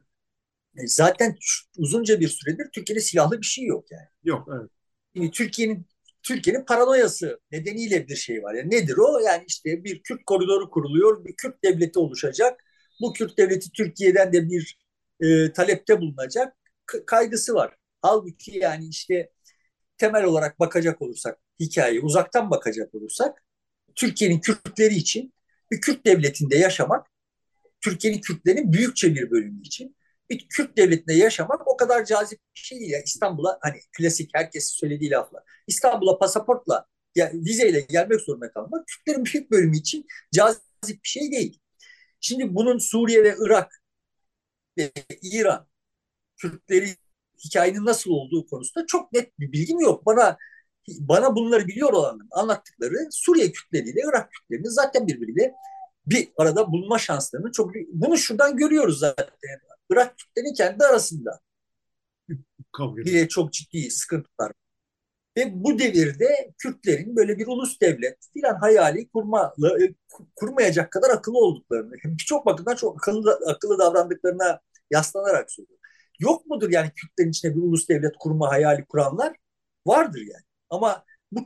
zaten uzunca bir süredir Türkiye'de silahlı bir şey yok yani. Yok, evet. Şimdi Türkiye'nin paranoyası nedeniyle bir şey var. Yani nedir o? Yani işte bir Kürt koridoru kuruluyor, bir Kürt devleti oluşacak. Bu Kürt devleti Türkiye'den de bir talepte bulunacak kaygısı var. Halbuki yani işte temel olarak bakacak olursak, hikayeye uzaktan bakacak olursak, Türkiye'nin Kürtleri için bir Kürt devletinde yaşamak, Türkiye'nin Kürtlerinin büyükçe bir bölümü için bir Kürt devletinde yaşamak o kadar cazip bir şey değil. Yani İstanbul'a, hani klasik herkesin söylediği lafla, İstanbul'a pasaportla, yani vizeyle gelmek zorunda kalmak Kürtlerin büyük bölümü için cazip bir şey değil. Şimdi bunun Suriye ve Irak ve İran Kürtleri hikayenin nasıl olduğu konusunda çok net bir bilgim yok. Bana bunları biliyor olanların anlattıkları, Suriye Kürtleriyle Irak Kürtlerinin zaten birbiriyle bir arada bulunma şanslarını çok, bunu şuradan görüyoruz zaten. Irak Kürtlerinin kendi arasında Kavga ediyor. bile çok ciddi sıkıntılar. Ve bu devirde Kürtlerin böyle bir ulus devlet filan hayali kurmayacak kadar akıllı olduklarını, birçok bakımdan çok akıllı davrandıklarına yaslanarak söylüyorum. Yok mudur yani Kürtlerin içinde bir ulus devlet kurma hayali kuranlar? Vardır yani. Ama bu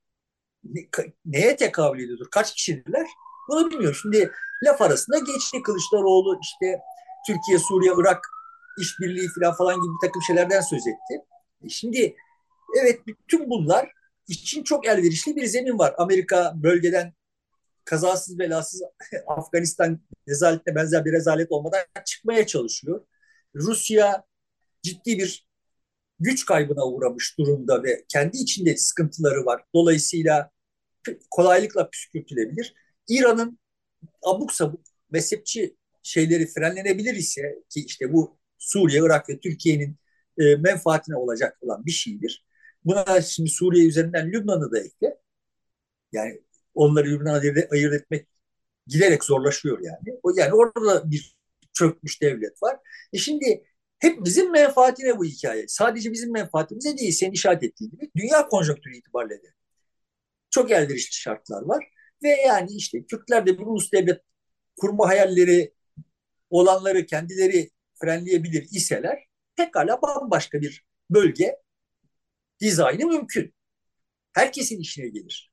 neye tekabül ediyordur? Kaç kişidirler? Bunu bilmiyorum. Şimdi laf arasında geçti Kılıçdaroğlu, işte Türkiye, Suriye, Irak işbirliği falan gibi bir takım şeylerden söz etti. Şimdi evet, bütün bunlar için çok elverişli bir zemin var. Amerika bölgeden kazasız belasız Afganistan rezaletine benzer bir rezalet olmadan çıkmaya çalışıyor. Rusya ciddi bir güç kaybına uğramış durumda ve kendi içinde sıkıntıları var. Dolayısıyla kolaylıkla püskürtülebilir. İran'ın abuk sabuk mezhepçi şeyleri frenlenebilir ise, ki işte bu Suriye, Irak ve Türkiye'nin menfaatine olacak olan bir şeydir. Buna şimdi Suriye üzerinden Lübnan'ı da ekle. Yani onları Lübnan'a ayırt etmek giderek zorlaşıyor yani. Yani orada da bir çökmüş devlet var. Şimdi hepimizin menfaatine bu hikaye. Sadece bizim menfaatimize değil, senin işaret ettiğin gibi dünya konjonktürü itibariyle de çok elverişli şartlar var. Ve yani işte Kürtler de bir ulus devlet kurma hayalleri olanları kendileri frenleyebilir iseler pekala bambaşka bir bölge dizaynı mümkün. Herkesin işine gelir.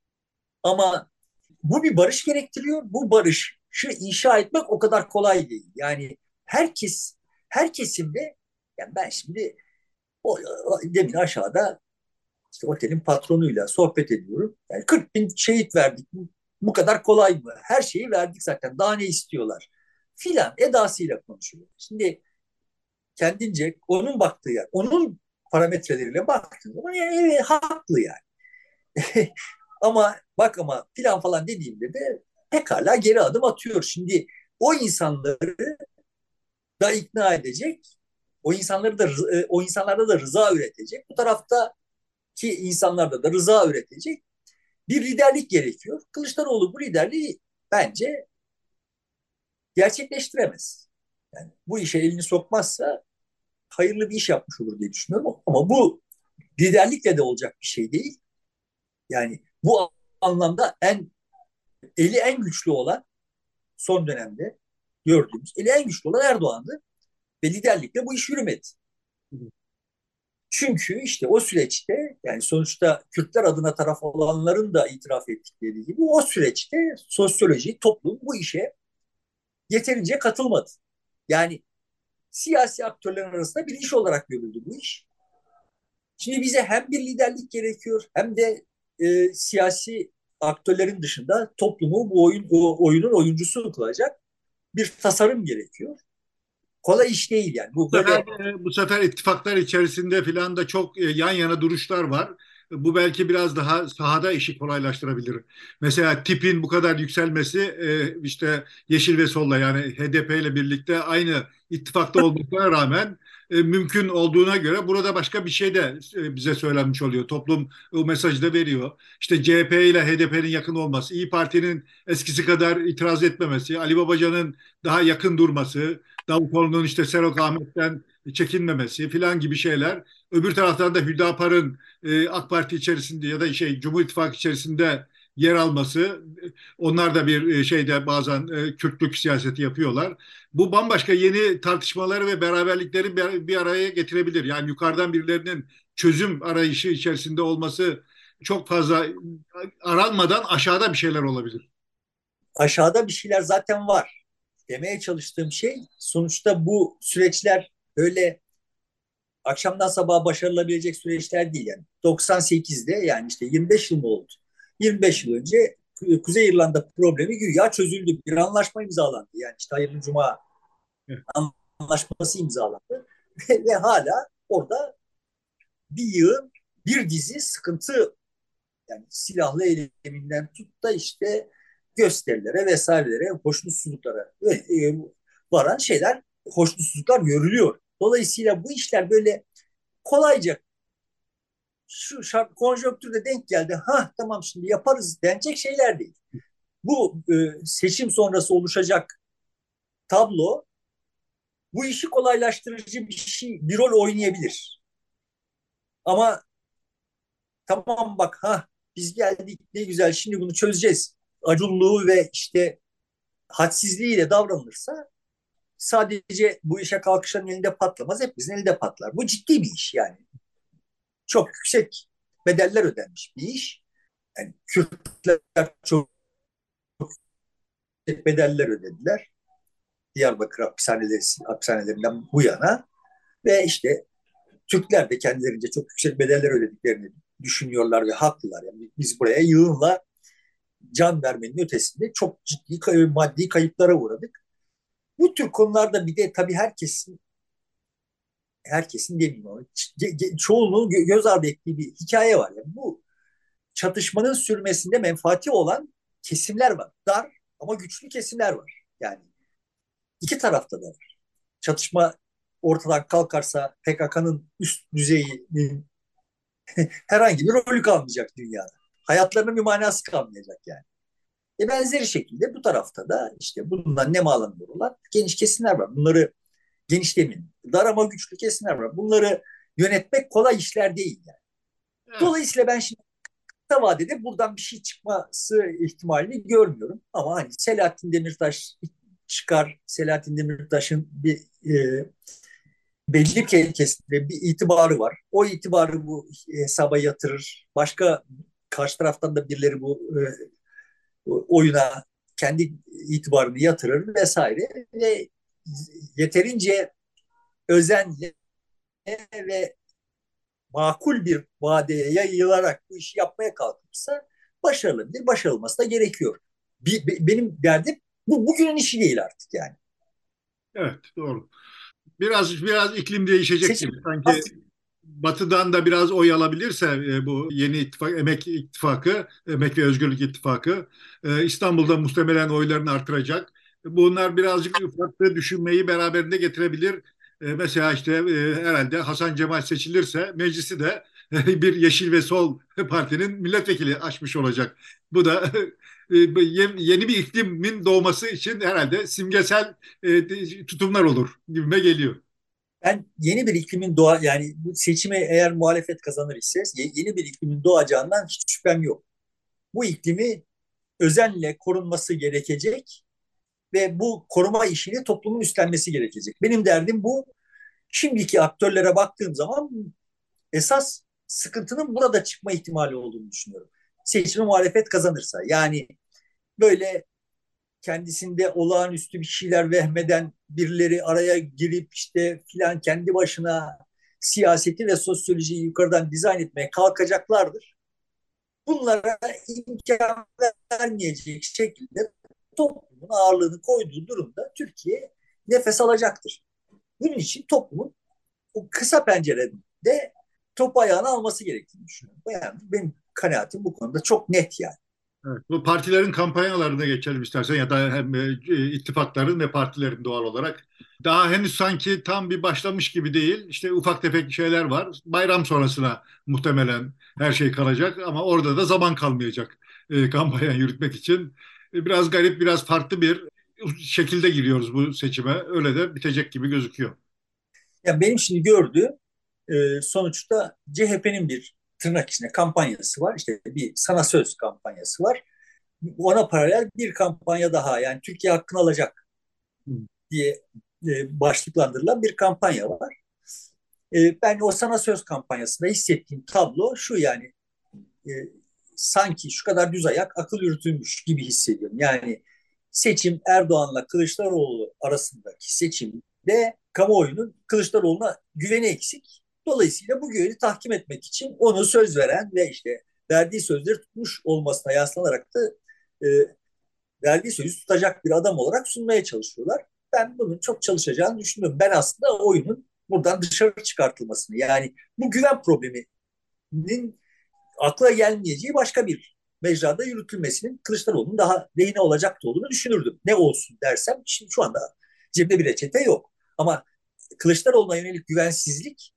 Ama bu bir barış gerektiriyor. Bu barışı inşa etmek o kadar kolay değil. Yani herkes, her kesimde, yani ben şimdi demin aşağıda işte otelin patronuyla sohbet ediyorum. Yani 40 bin şehit verdik. Bu kadar kolay mı? Her şeyi verdik zaten. Daha ne istiyorlar? Filan edasıyla konuşuyor. Şimdi kendince onun baktığı yer, onun parametreleriyle baktığı zaman yani evet, haklı yani. Ama plan falan dediğimde de pekala geri adım atıyor. Şimdi o insanları da ikna edecek, o insanlarda da rıza üretecek, bu taraftaki insanlarda da rıza üretecek bir liderlik gerekiyor. Kılıçdaroğlu bu liderliği bence gerçekleştiremez. Yani bu işe elini sokmazsa hayırlı bir iş yapmış olur diye düşünüyorum. Ama bu liderlikle de olacak bir şey değil. Yani bu anlamda eli en güçlü olan, son dönemde gördüğümüz eli en güçlü olan Erdoğan'dı ve liderlikle bu iş yürümedi. Çünkü işte o süreçte, yani sonuçta Kürtler adına taraf olanların da itiraf ettikleri gibi, o süreçte sosyoloji, toplum bu işe yeterince katılmadı. Yani siyasi aktörlerin arasında bir iş olarak görüldü bu iş. Şimdi bize hem bir liderlik gerekiyor, hem de siyasi aktörlerin dışında toplumu bu oyunun oyuncusu kılacak bir tasarım gerekiyor. Kolay iş değil yani. Bu böyle Bu sefer ittifaklar içerisinde filan da çok yan yana duruşlar var. Bu belki biraz daha sahada işi kolaylaştırabilir. Mesela tipin bu kadar yükselmesi işte Yeşil ve Sol'la yani HDP ile birlikte aynı ittifakta olmasına rağmen mümkün olduğuna göre burada başka bir şey de bize söylenmiş oluyor. Toplum o mesajı da veriyor. İşte CHP ile HDP'nin yakın olması, İyi Parti'nin eskisi kadar itiraz etmemesi, Ali Babacan'ın daha yakın durması, Davutoğlu'nun işte Serok Ahmet'ten çekinmemesi filan gibi şeyler. Öbür taraftan da Hüdapar'ın AK Parti içerisinde ya da Cumhur İttifakı içerisinde yer alması. Onlar da bir şeyde bazen Kürtlük siyaseti yapıyorlar. Bu bambaşka yeni tartışmaları ve beraberlikleri bir araya getirebilir. Yani yukarıdan birilerinin çözüm arayışı içerisinde olması çok fazla aranmadan aşağıda bir şeyler olabilir. aşağıda bir şeyler zaten var. Demeye çalıştığım şey, sonuçta bu süreçler öyle akşamdan sabaha başarılabilecek süreçler değil yani. 98'de, yani işte 25 yıl mı oldu? 25 yıl önce Kuzey İrlanda problemi güya çözüldü. Bir anlaşma imzalandı. Yani işte Hayırlı Cuma anlaşması imzalandı. Ve hala orada bir yığın, bir dizi sıkıntı, yani silahlı eyleminden tut da işte gösterilere vesairelere, hoşnutsuzluklara varan şeyler, hoşnutsuzluklar görülüyor. Dolayısıyla bu işler böyle kolayca şu şart konjonktürde denk geldi. Ha tamam, şimdi yaparız denecek şeyler değil. Bu seçim sonrası oluşacak tablo bu işi kolaylaştırıcı bir rol oynayabilir. Ama tamam bak, ha biz geldik ne güzel, şimdi bunu çözeceğiz. Acunluğu ve işte hadsizliğiyle davranılırsa sadece bu işe kalkışanın elinde patlamaz, hepimizin elinde patlar. Bu ciddi bir iş yani. Çok yüksek bedeller ödenmiş bir iş. Yani Kürtler çok yüksek bedeller ödediler. Diyarbakır hapishanelerinden bu yana, ve işte Türkler de kendilerince çok yüksek bedeller ödediklerini düşünüyorlar ve haklılar. Yani biz buraya yığınla can vermenin ötesinde çok ciddi maddi kayıplara uğradık. Bu tür konularda bir de tabii herkesin demeyeyim ama çoğunluğun göz ardı ettiği bir hikaye var. Yani bu çatışmanın sürmesinde menfaati olan kesimler var. Dar ama güçlü kesimler var. Yani iki tarafta da var. Çatışma ortadan kalkarsa PKK'nın üst düzeyinin herhangi bir rolü kalmayacak dünyada. Hayatlarının bir manası kalmayacak yani. Benzeri şekilde bu tarafta da işte bundan nemalanıyor olan geniş kesimler var. Bunları geniş demin, dar ama güçlü kesimler var. Bunları yönetmek kolay işler değil yani. Evet. Dolayısıyla ben şimdi kısa vadede buradan bir şey çıkması ihtimalini görmüyorum. Ama hani Selahattin Demirtaş çıkar, Selahattin Demirtaş'ın bir belli bir kesimde bir itibarı var. O itibarı bu hesaba yatırır. Başka karşı taraftan da birileri bu oyuna kendi itibarını yatırır vesaire, ve yeterince özenle ve makul bir vadeye yayılarak bu işi yapmaya kalkırsa başarılabilir, başarılması da gerekiyor. Benim derdim bu bugünün işi değil artık yani. Evet, doğru. Biraz iklim değişecek Seçim gibi. Sanki Batı'dan da biraz oy alabilirse bu yeni ittifak, Emek ve Özgürlük İttifakı İstanbul'da muhtemelen oylarını artıracak. Bunlar birazcık farklı düşünmeyi beraberinde getirebilir. Mesela işte herhalde Hasan Cemal seçilirse meclisi de bir Yeşil ve Sol partinin milletvekili açmış olacak. Bu da yeni bir iklimin doğması için herhalde simgesel tutumlar olur gibime geliyor. Ben yeni bir iklimin yani bu seçime eğer muhalefet kazanır ise yeni bir iklimin doğacağından hiç şüphem yok. Bu iklimi özenle korunması gerekecek ve bu koruma işini toplumun üstlenmesi gerekecek. Benim derdim bu. Şimdiki aktörlere baktığım zaman esas sıkıntının burada çıkma ihtimali olduğunu düşünüyorum. Seçimi muhalefet kazanırsa, yani böyle kendisinde olağanüstü bir şeyler vehmeden birileri araya girip işte filan kendi başına siyaseti ve sosyolojiyi yukarıdan dizayn etmeye kalkacaklardır. Bunlara imkan vermeyecek şekilde toplumun ağırlığını koyduğu durumda Türkiye nefes alacaktır. Bunun için toplumun o kısa pencerede top ayağına alması gerektiğini düşünüyorum. Yani benim kanaatim bu konuda çok net yani. Evet, bu partilerin kampanyalarına geçelim istersen ya da hem ittifakların ve partilerin doğal olarak. Daha henüz sanki tam bir başlamış gibi değil. İşte ufak tefek şeyler var. Bayram sonrasına muhtemelen her şey kalacak ama orada da zaman kalmayacak kampanya yürütmek için. Biraz garip, biraz farklı bir şekilde giriyoruz bu seçime. Öyle de bitecek gibi gözüküyor. Yani benim şimdi gördüğüm sonuçta CHP'nin bir tırnak içinde kampanyası var. İşte bir sana söz kampanyası var. Ona paralel bir kampanya daha, yani Türkiye hakkını alacak diye başlıklandırılan bir kampanya var. Ben o sana söz kampanyasında hissettiğim tablo şu, yani e, sanki şu kadar düz ayak akıl yürütülmüş gibi hissediyorum. Yani seçim Erdoğan'la Kılıçdaroğlu arasındaki seçimde kamuoyunun Kılıçdaroğlu'na güveni eksik. Dolayısıyla bu güveni tahkim etmek için onu söz veren ve işte verdiği sözleri tutmuş olmasına yaslanarak da e, verdiği sözü tutacak bir adam olarak sunmaya çalışıyorlar. Ben bunun çok çalışacağını düşünüyorum. Ben aslında oyunun buradan dışarı çıkartılmasını, yani bu güven probleminin akla gelmeyeceği başka bir mecrada yürütülmesinin Kılıçdaroğlu'nun daha lehine olacaktı olduğunu düşünürdüm. Ne olsun dersem, şimdi şu anda cebimde bir reçete yok. Ama Kılıçdaroğlu'na yönelik güvensizlik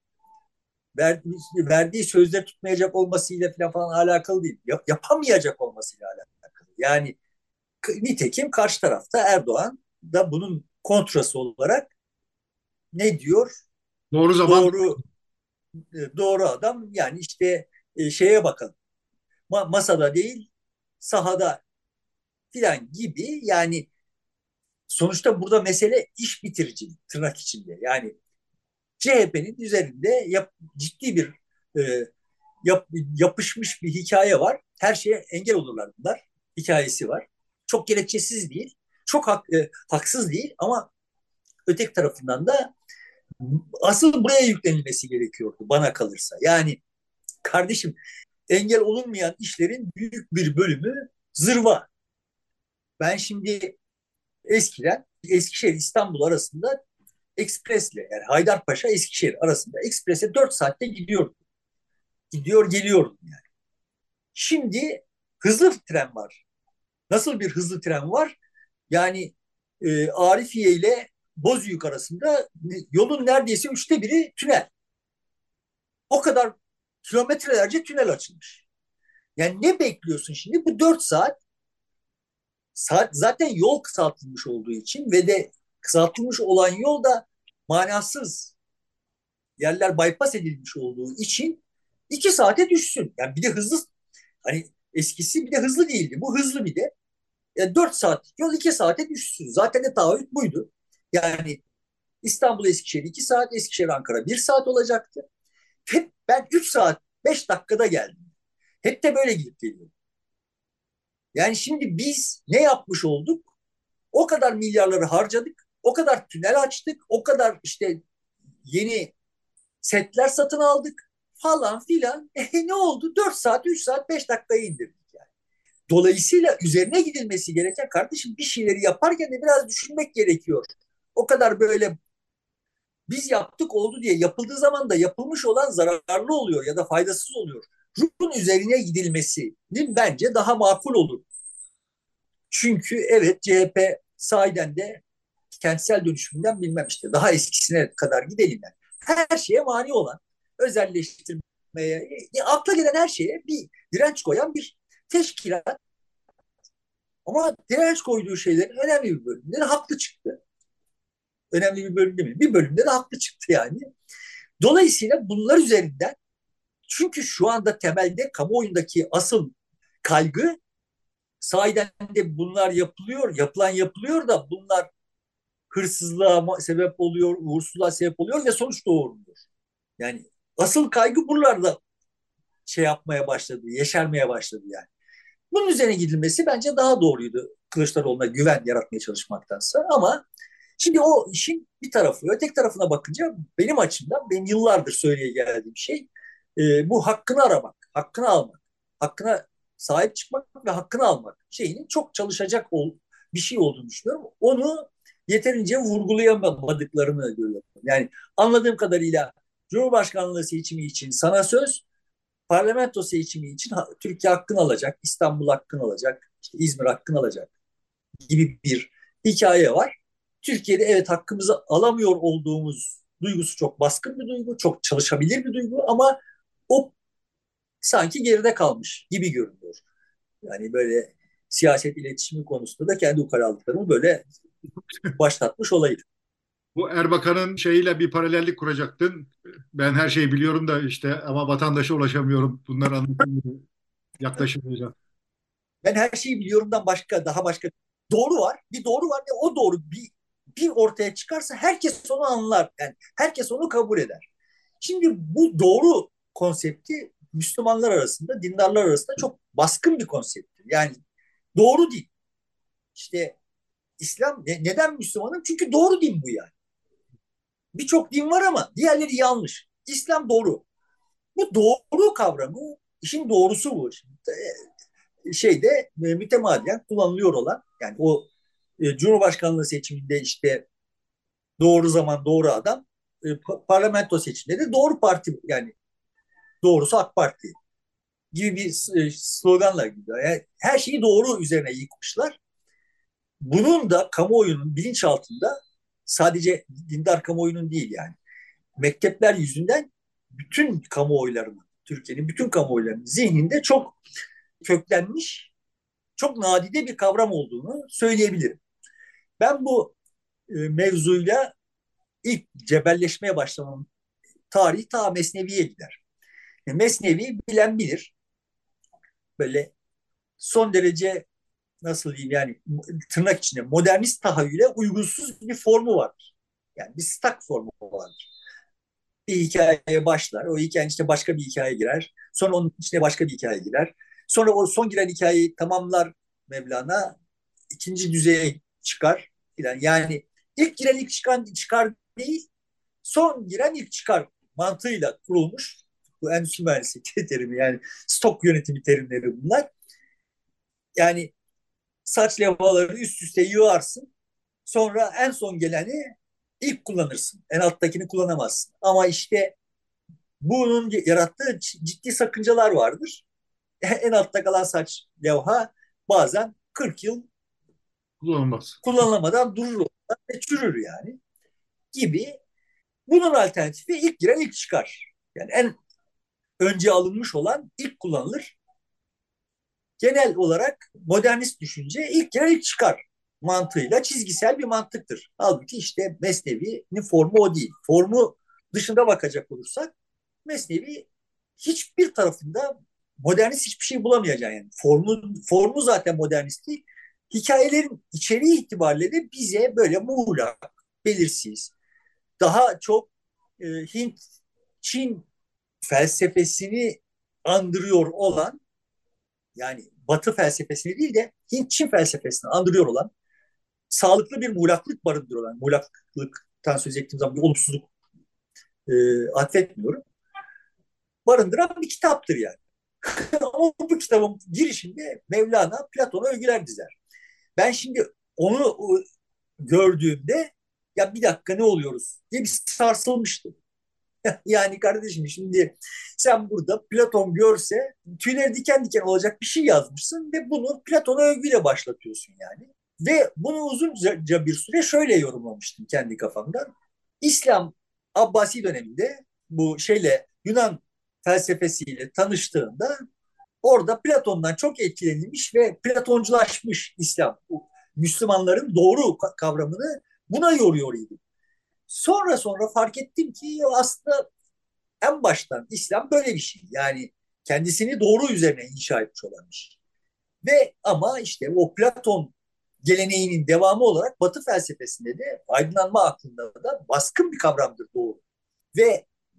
verdiği sözleri tutmayacak olmasıyla falan alakalı değil. Yapamayacak olmasıyla alakalı. Yani nitekim karşı tarafta Erdoğan da bunun kontrası olarak ne diyor? Doğru zaman. Doğru doğru adam, yani işte şeye bakalım. Masada değil, sahada filan gibi. Yani sonuçta burada mesele iş bitiricilik tırnak içinde. Yani CHP'nin üzerinde ciddi bir e, yapışmış bir hikaye var. Her şeye engel olurlar bunlar. Hikayesi var. Çok gerekçesiz değil. Çok haksız değil ama öteki tarafından da asıl buraya yüklenilmesi gerekiyordu bana kalırsa. Yani kardeşim, engel olunmayan işlerin büyük bir bölümü zırva. Ben şimdi eskiden Eskişehir İstanbul arasında ekspresle, yani Haydarpaşa Eskişehir arasında eksprese 4 saatte gidiyorum. Gidiyor geliyorum yani. Şimdi hızlı tren var. Nasıl bir hızlı tren var? Yani Arifiye ile Bozüyük arasında yolun neredeyse 1/3 tünel. O kadar kilometrelerce tünel açılmış. Yani ne bekliyorsun şimdi? Bu 4 saat zaten yol kısaltılmış olduğu için ve de kısaltılmış olan yol da manasız yerler bypass edilmiş olduğu için 2 saate düşsün. Yani bir de hızlı, hani eskisi bir de hızlı değildi. Bu hızlı bir de. Yani 4 saat yol 2 saate düşsün. Zaten de taahhüt buydu. Yani İstanbul Eskişehir 2 saat, Eskişehir Ankara 1 saat olacaktı. Hep ben 3 saat 5 dakikada geldim. Hep de böyle gidip geliyorum. Yani şimdi biz ne yapmış olduk? O kadar milyarları harcadık. O kadar tünel açtık. O kadar işte yeni setler satın aldık falan filan. Ne oldu? 4 saat, 3 saat, 5 dakikaya indirdik yani. Dolayısıyla üzerine gidilmesi gereken, kardeşim, bir şeyleri yaparken de biraz düşünmek gerekiyor. O kadar böyle biz yaptık oldu diye yapıldığı zaman da yapılmış olan zararlı oluyor ya da faydasız oluyor. Bunun üzerine gidilmesinin bence daha makul olur. Çünkü evet, CHP sahiden de kentsel dönüşümden bilmem işte daha eskisine kadar gidelim yani. Her şeye mani olan, özelleştirmeye, akla gelen her şeye bir direnç koyan bir teşkilat. Ama direnç koyduğu şeylerin önemli bir bölümünde de haklı çıktı. Önemli bir bölümde mi? Bir bölümde de haklı çıktı yani. Dolayısıyla bunlar üzerinden, çünkü şu anda temelde kamuoyundaki asıl kaygı, sahiden de bunlar yapılıyor, yapılan yapılıyor da bunlar hırsızlığa sebep oluyor, uğursuzluğa sebep oluyor ve sonuç doğurmuyor. Yani Asıl kaygı buralarda şey yapmaya başladı, yeşermeye başladı yani. Bunun üzerine gidilmesi bence daha doğruydu Kılıçdaroğlu'na güven yaratmaya çalışmaktansa. Ama şimdi o işin bir tarafı, öteki tarafına bakınca benim açımdan, benim yıllardır söyleye geldiğim şey bu hakkını aramak, hakkını almak, hakkına sahip çıkmak ve hakkını almak şeyinin çok çalışacak bir şey olduğunu düşünüyorum. Onu yeterince vurgulayamadıklarını görüyorum. Yani anladığım kadarıyla Cumhurbaşkanlığı seçimi için sana söz, parlamento seçimi için Türkiye hakkını alacak, İstanbul hakkını alacak, işte İzmir hakkını alacak gibi bir hikaye var. Türkiye'de evet hakkımızı alamıyor olduğumuz duygusu çok baskın bir duygu, çok çalışabilir bir duygu ama o sanki geride kalmış gibi görünüyor. Yani böyle siyaset iletişimi konusunda da kendi ukalalıklarımı böyle başlatmış olayım. Bu Erbakan'ın şeyiyle bir paralellik kuracaktın. Ben her şeyi biliyorum da işte ama vatandaşa ulaşamıyorum. Bunları anlatamıyorum. Yaklaşamayacağım. Ben her şeyi biliyorumdan başka, daha başka doğru var. Bir doğru var ve o doğru bir ortaya çıkarsa herkes onu anlar. Yani herkes onu kabul eder. Şimdi bu doğru konsepti Müslümanlar arasında, dindarlar arasında çok baskın bir konsepttir. Yani doğru din. İşte İslam neden Müslümanım? Çünkü doğru din bu yani. Birçok din var ama diğerleri yanlış. İslam doğru. Bu doğru kavramı, işin doğrusu bu. Şimdi, şeyde mütemadiyen kullanılıyor olan yani o Cumhurbaşkanlığı seçiminde işte doğru zaman doğru adam parlamento seçiminde de doğru parti yani doğrusu AK Parti gibi bir sloganla gidiyor. Yani her şeyi doğru üzerine yıkmışlar. Bunun da kamuoyunun bilinçaltında sadece dindar kamuoyunun değil yani mektepler yüzünden bütün kamuoylarının Türkiye'nin bütün kamuoylarının zihninde çok köklenmiş, çok nadide bir kavram olduğunu söyleyebilirim. Ben bu mevzuyla ilk cebelleşmeye başlamam tarih ta Mesnevi'ye gider. Mesnevi bilen bilir. Böyle son derece nasıl diyeyim yani tırnak içinde modernist tahayyüle uygunsuz bir formu vardır. Yani bir stak formu vardır. Bir hikaye başlar. O hikayenin içine başka bir hikaye girer. Sonra onun içine başka bir hikaye girer. Sonra o son giren hikayeyi tamamlar Mevlana. İkinci düzeye çıkar. Yani ilk giren ilk çıkar değil, son giren ilk çıkar mantığıyla kurulmuş. Bu endüstri mühendisliği terimi yani stok yönetimi terimleri bunlar. Yani saç levhaları üst üste yığarsın. Sonra en son geleni ilk kullanırsın. En alttakini kullanamazsın. Ama işte bunun yarattığı ciddi sakıncalar vardır. En altta kalan saç levha bazen 40 yıl Kullanılmaz. kullanılamadan durur ve çürür yani gibi. Bunun alternatifi ilk giren ilk çıkar. Yani en önce alınmış olan ilk kullanılır. Genel olarak modernist düşünce ilk giren ilk çıkar mantığıyla çizgisel bir mantıktır. Halbuki işte Mesnevi'nin formu o değil. Formu dışında bakacak olursak Mesnevi hiçbir tarafında modernist hiçbir şey bulamayacaksın yani. Formu zaten modernist değil. Hikayelerin içeriği itibariyle de bize böyle muğlak, belirsiz, daha çok Hint, Çin felsefesini andırıyor olan yani Batı felsefesini değil de Hint-Çin felsefesini andırıyor olan sağlıklı bir muğlaklık barındırıyor olan muğlaklıktan söz ettiğim zaman bir olumsuzluk atfetmiyorum. Barındıran bir kitaptır yani. Ama bu kitabın girişinde Mevlana Platon'a övgüler dizer. Ben şimdi onu gördüğümde ya bir dakika ne oluyoruz diye bir sarsılmıştım. Yani kardeşim şimdi sen burada Platon görse tüyleri diken diken olacak bir şey yazmışsın ve bunu Platon'a övgüyle başlatıyorsun yani. Ve bunu uzunca bir süre şöyle yorumlamıştım kendi kafamdan. İslam Abbasi döneminde bu şeyle Yunan felsefesiyle tanıştığında orada Platon'dan çok etkilenilmiş ve Platonculaşmış İslam. Müslümanların doğru kavramını buna yoruyor idi. Sonra fark ettim ki aslında en baştan İslam böyle bir şey. Yani kendisini doğru üzerine inşa etmiş olan bir şey. Ve ama işte o Platon geleneğinin devamı olarak Batı felsefesinde de aydınlanma aklında da baskın bir kavramdır doğru. Ve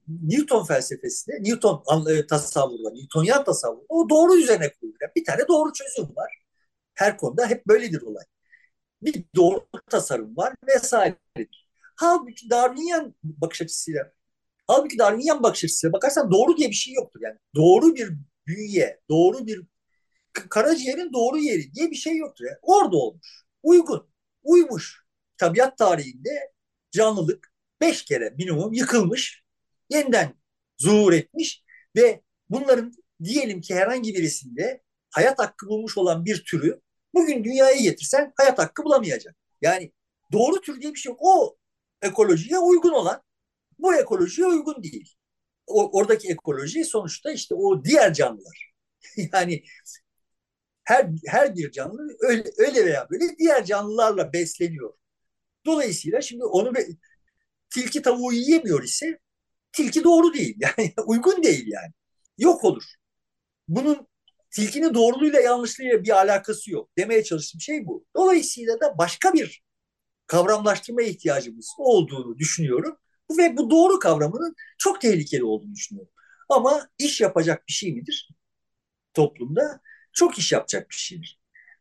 Newton felsefesinde, Newton tasavvurda, Newtonian tasavvurda o doğru üzerine kurulur. Yani bir tane doğru çözüm var. Her konuda hep böyledir olay. Bir doğru tasarım var vesaire. Halbuki Darwinian bakış açısıyla Halbuki Darwinian bakış açısıyla bakarsan doğru diye bir şey yoktur. Yani doğru bir bünye, doğru bir karaciğerin doğru yeri diye bir şey yoktur. Yani orada olmuş. Uygun. Uymuş. Tabiat tarihinde canlılık 5 kere minimum yıkılmış. Yeniden zuhur etmiş ve bunların diyelim ki herhangi birisinde hayat hakkı bulmuş olan bir türü bugün dünyaya getirsen hayat hakkı bulamayacak. Yani doğru tür diye bir şey yok. O ekolojiye uygun olan bu ekolojiye uygun değil. Oradaki ekoloji sonuçta işte o diğer canlılar. Yani her bir canlı öyle veya böyle diğer canlılarla besleniyor. Dolayısıyla şimdi tilki tavuğu yiyemiyor ise tilki doğru değil. Yani uygun değil yani. Yok olur. Bunun tilkinin doğruluğuyla yanlışlığıyla bir alakası yok. Demeye çalıştığım şey bu. Dolayısıyla da başka bir kavramlaştırma ihtiyacımız olduğunu düşünüyorum. Ve bu doğru kavramının çok tehlikeli olduğunu düşünüyorum. Ama iş yapacak bir şey midir toplumda? Çok iş yapacak bir şeydir.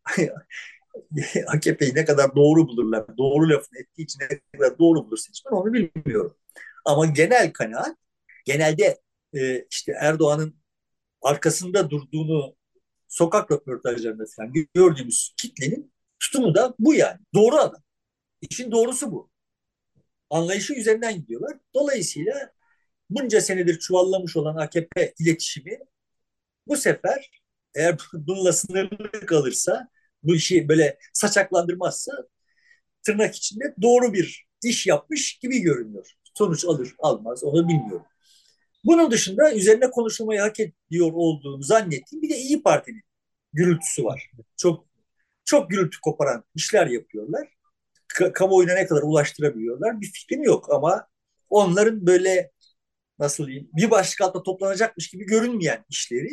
AKP'yi ne kadar doğru bulurlar, doğru lafını ettiği için ne kadar doğru bulur seçmen onu bilmiyorum. Ama genel kanaat, genelde işte Erdoğan'ın arkasında durduğunu sokak röportajlarında falan gördüğümüz kitlenin tutumu da bu yani. Doğru adam. İşin doğrusu bu. Anlayışı üzerinden gidiyorlar. Dolayısıyla bunca senedir çuvallamış olan AKP iletişimi bu sefer eğer bununla sınırlı kalırsa, bu işi böyle saçaklandırmazsa tırnak içinde doğru bir iş yapmış gibi görünüyor. Sonuç alır almaz onu bilmiyorum. Bunun dışında üzerine konuşulmayı hak ediyor olduğunu zannettiğim bir de İyi Parti'nin gürültüsü var. Çok gürültü koparan işler yapıyorlar. Kamuoyuna ne kadar ulaştırabiliyorlar bir fikrim yok ama onların böyle nasıl diyeyim bir başlık altında toplanacakmış gibi görünmeyen işleri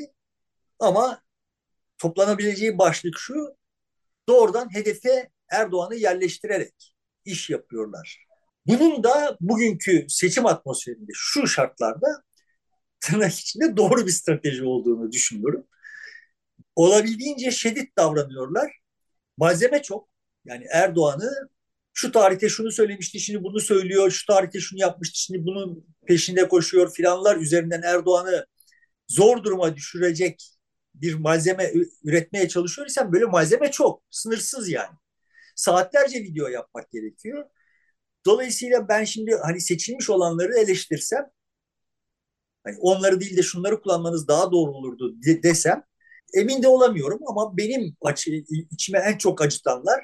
ama toplanabileceği başlık şu: doğrudan hedefe Erdoğan'ı yerleştirerek iş yapıyorlar. Bunun da bugünkü seçim atmosferinde şu şartlarda tırnak içinde doğru bir strateji olduğunu düşünüyorum. Olabildiğince şiddet davranıyorlar. Malzeme çok. Yani Erdoğan'ı şu tarihte şunu söylemişti, şimdi bunu söylüyor, şu tarihte şunu yapmıştı, şimdi bunun peşinde koşuyor filanlar üzerinden Erdoğan'ı zor duruma düşürecek bir malzeme üretmeye çalışıyor isen böyle malzeme çok, sınırsız yani. Saatlerce video yapmak gerekiyor. Dolayısıyla ben şimdi hani seçilmiş olanları eleştirsem, hani onları değil de şunları kullanmanız daha doğru olurdu desem emin de olamıyorum ama benim içime en çok acıtanlar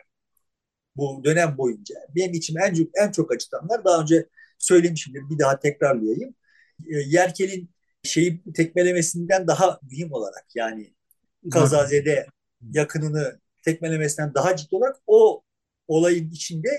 bu dönem boyunca benim içime en çok acıtanlar daha önce söylemişimdir bir daha tekrarlayayım. Yerkel'in şeyi tekmelemesinden daha mühim olarak yani kazazede yakınını tekmelemesinden daha ciddi olarak o olayın içinde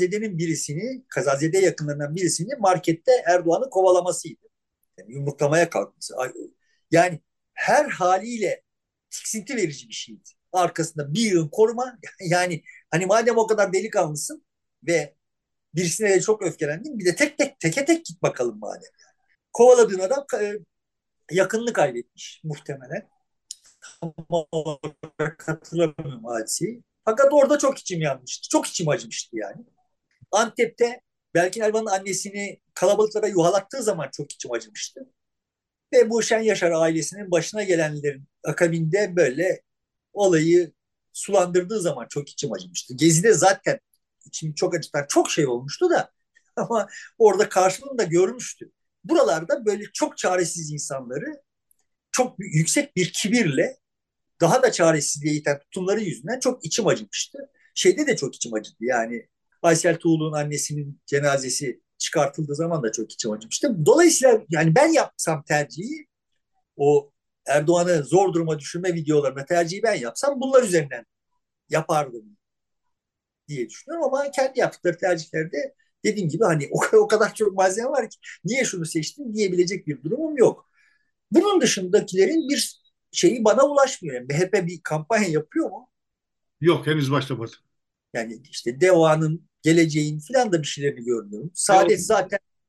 kazazede yakınlarından birisini markette Erdoğan'ı kovalamasıydı. Yani yumruklamaya kalkması. Yani her haliyle tiksinti verici bir şeydi. Arkasında bir yığın koruma. Yani hani madem o kadar delikanlısın ve birisine de çok öfkelendin bir de teke tek git bakalım madem. Kovaladığın adam yakınını kaybetmiş muhtemelen. Ama hatırlamıyorum hadiseyi. Fakat orada çok içim yanmıştı. Çok içim acımıştı yani. Antep'te Belkin Elvan'ın annesini kalabalıklara yuhalattığı zaman çok içim acımıştı. Ve bu Şen Yaşar ailesinin başına gelenlerin akabinde böyle olayı sulandırdığı zaman çok içim acımıştı. Gezi'de zaten içimi çok acıtan çok şey olmuştu da ama orada karşılığını da görmüştü. Buralarda böyle çok çaresiz insanları çok yüksek bir kibirle daha da çaresizliğe iten tutumları yüzünden çok içim acımıştı. Şeyde de çok içim acıdı yani Aysel Tuğlu'nun annesinin cenazesi çıkartıldığı zaman da çok içim acımıştı. Dolayısıyla yani ben yapsam tercihi o Erdoğan'ı zor duruma düşürme videolarına tercihi ben yapsam bunlar üzerinden yapardım diye düşünüyorum ama kendi yaptıkları tercihlerde dediğim gibi hani o kadar çok malzeme var ki niye şunu seçtin diyebilecek bir durumum yok. Bunun dışındakilerin bir şeyi bana ulaşmıyor. Yani MHP bir kampanya yapıyor mu? Yok, henüz başlamadı. Yani işte Deva'nın, geleceğin filan da bir şeylerini görmüyorum. E, o, Saadet zaten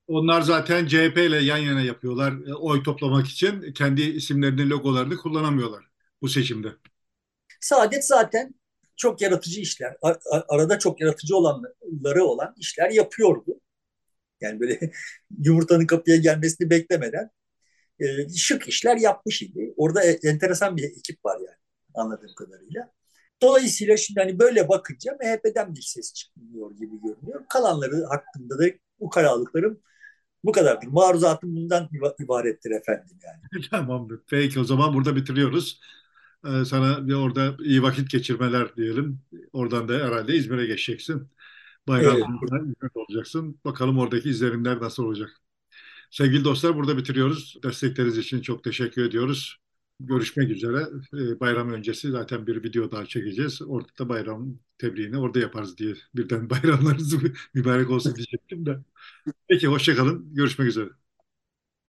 Onlar zaten CHP ile yan yana yapıyorlar. Oy toplamak için kendi isimlerinin logolarını kullanamıyorlar bu seçimde. Saadet zaten çok yaratıcı işler, arada çok yaratıcı olanları olan işler yapıyordu. Yani böyle yumurtanın kapıya gelmesini beklemeden şık işler yapmış idi. Orada enteresan bir ekip var yani anladığım kadarıyla. Dolayısıyla şimdi hani böyle bakınca MHP'den bir ses çıkmıyor gibi görünüyor. Kalanları hakkında da ukalalıklarım bu kadardır. Maruzatım bundan ibarettir efendim yani. Tamamdır. Peki o zaman burada bitiriyoruz. Sana bir orada iyi vakit geçirmeler diyelim. Oradan da herhalde İzmir'e geçeceksin. Evet, Bayramda İzmir'de olacaksın. Bakalım oradaki izlenimler nasıl olacak. Sevgili dostlar burada bitiriyoruz. Destekleriniz için çok teşekkür ediyoruz. Görüşmek üzere. Bayram öncesi zaten bir video daha çekeceğiz. Orada da bayram tebriğini orada yaparız diye birden bayramlarınız mübarek olsun diyecektim de. Peki hoşça kalın. Görüşmek üzere.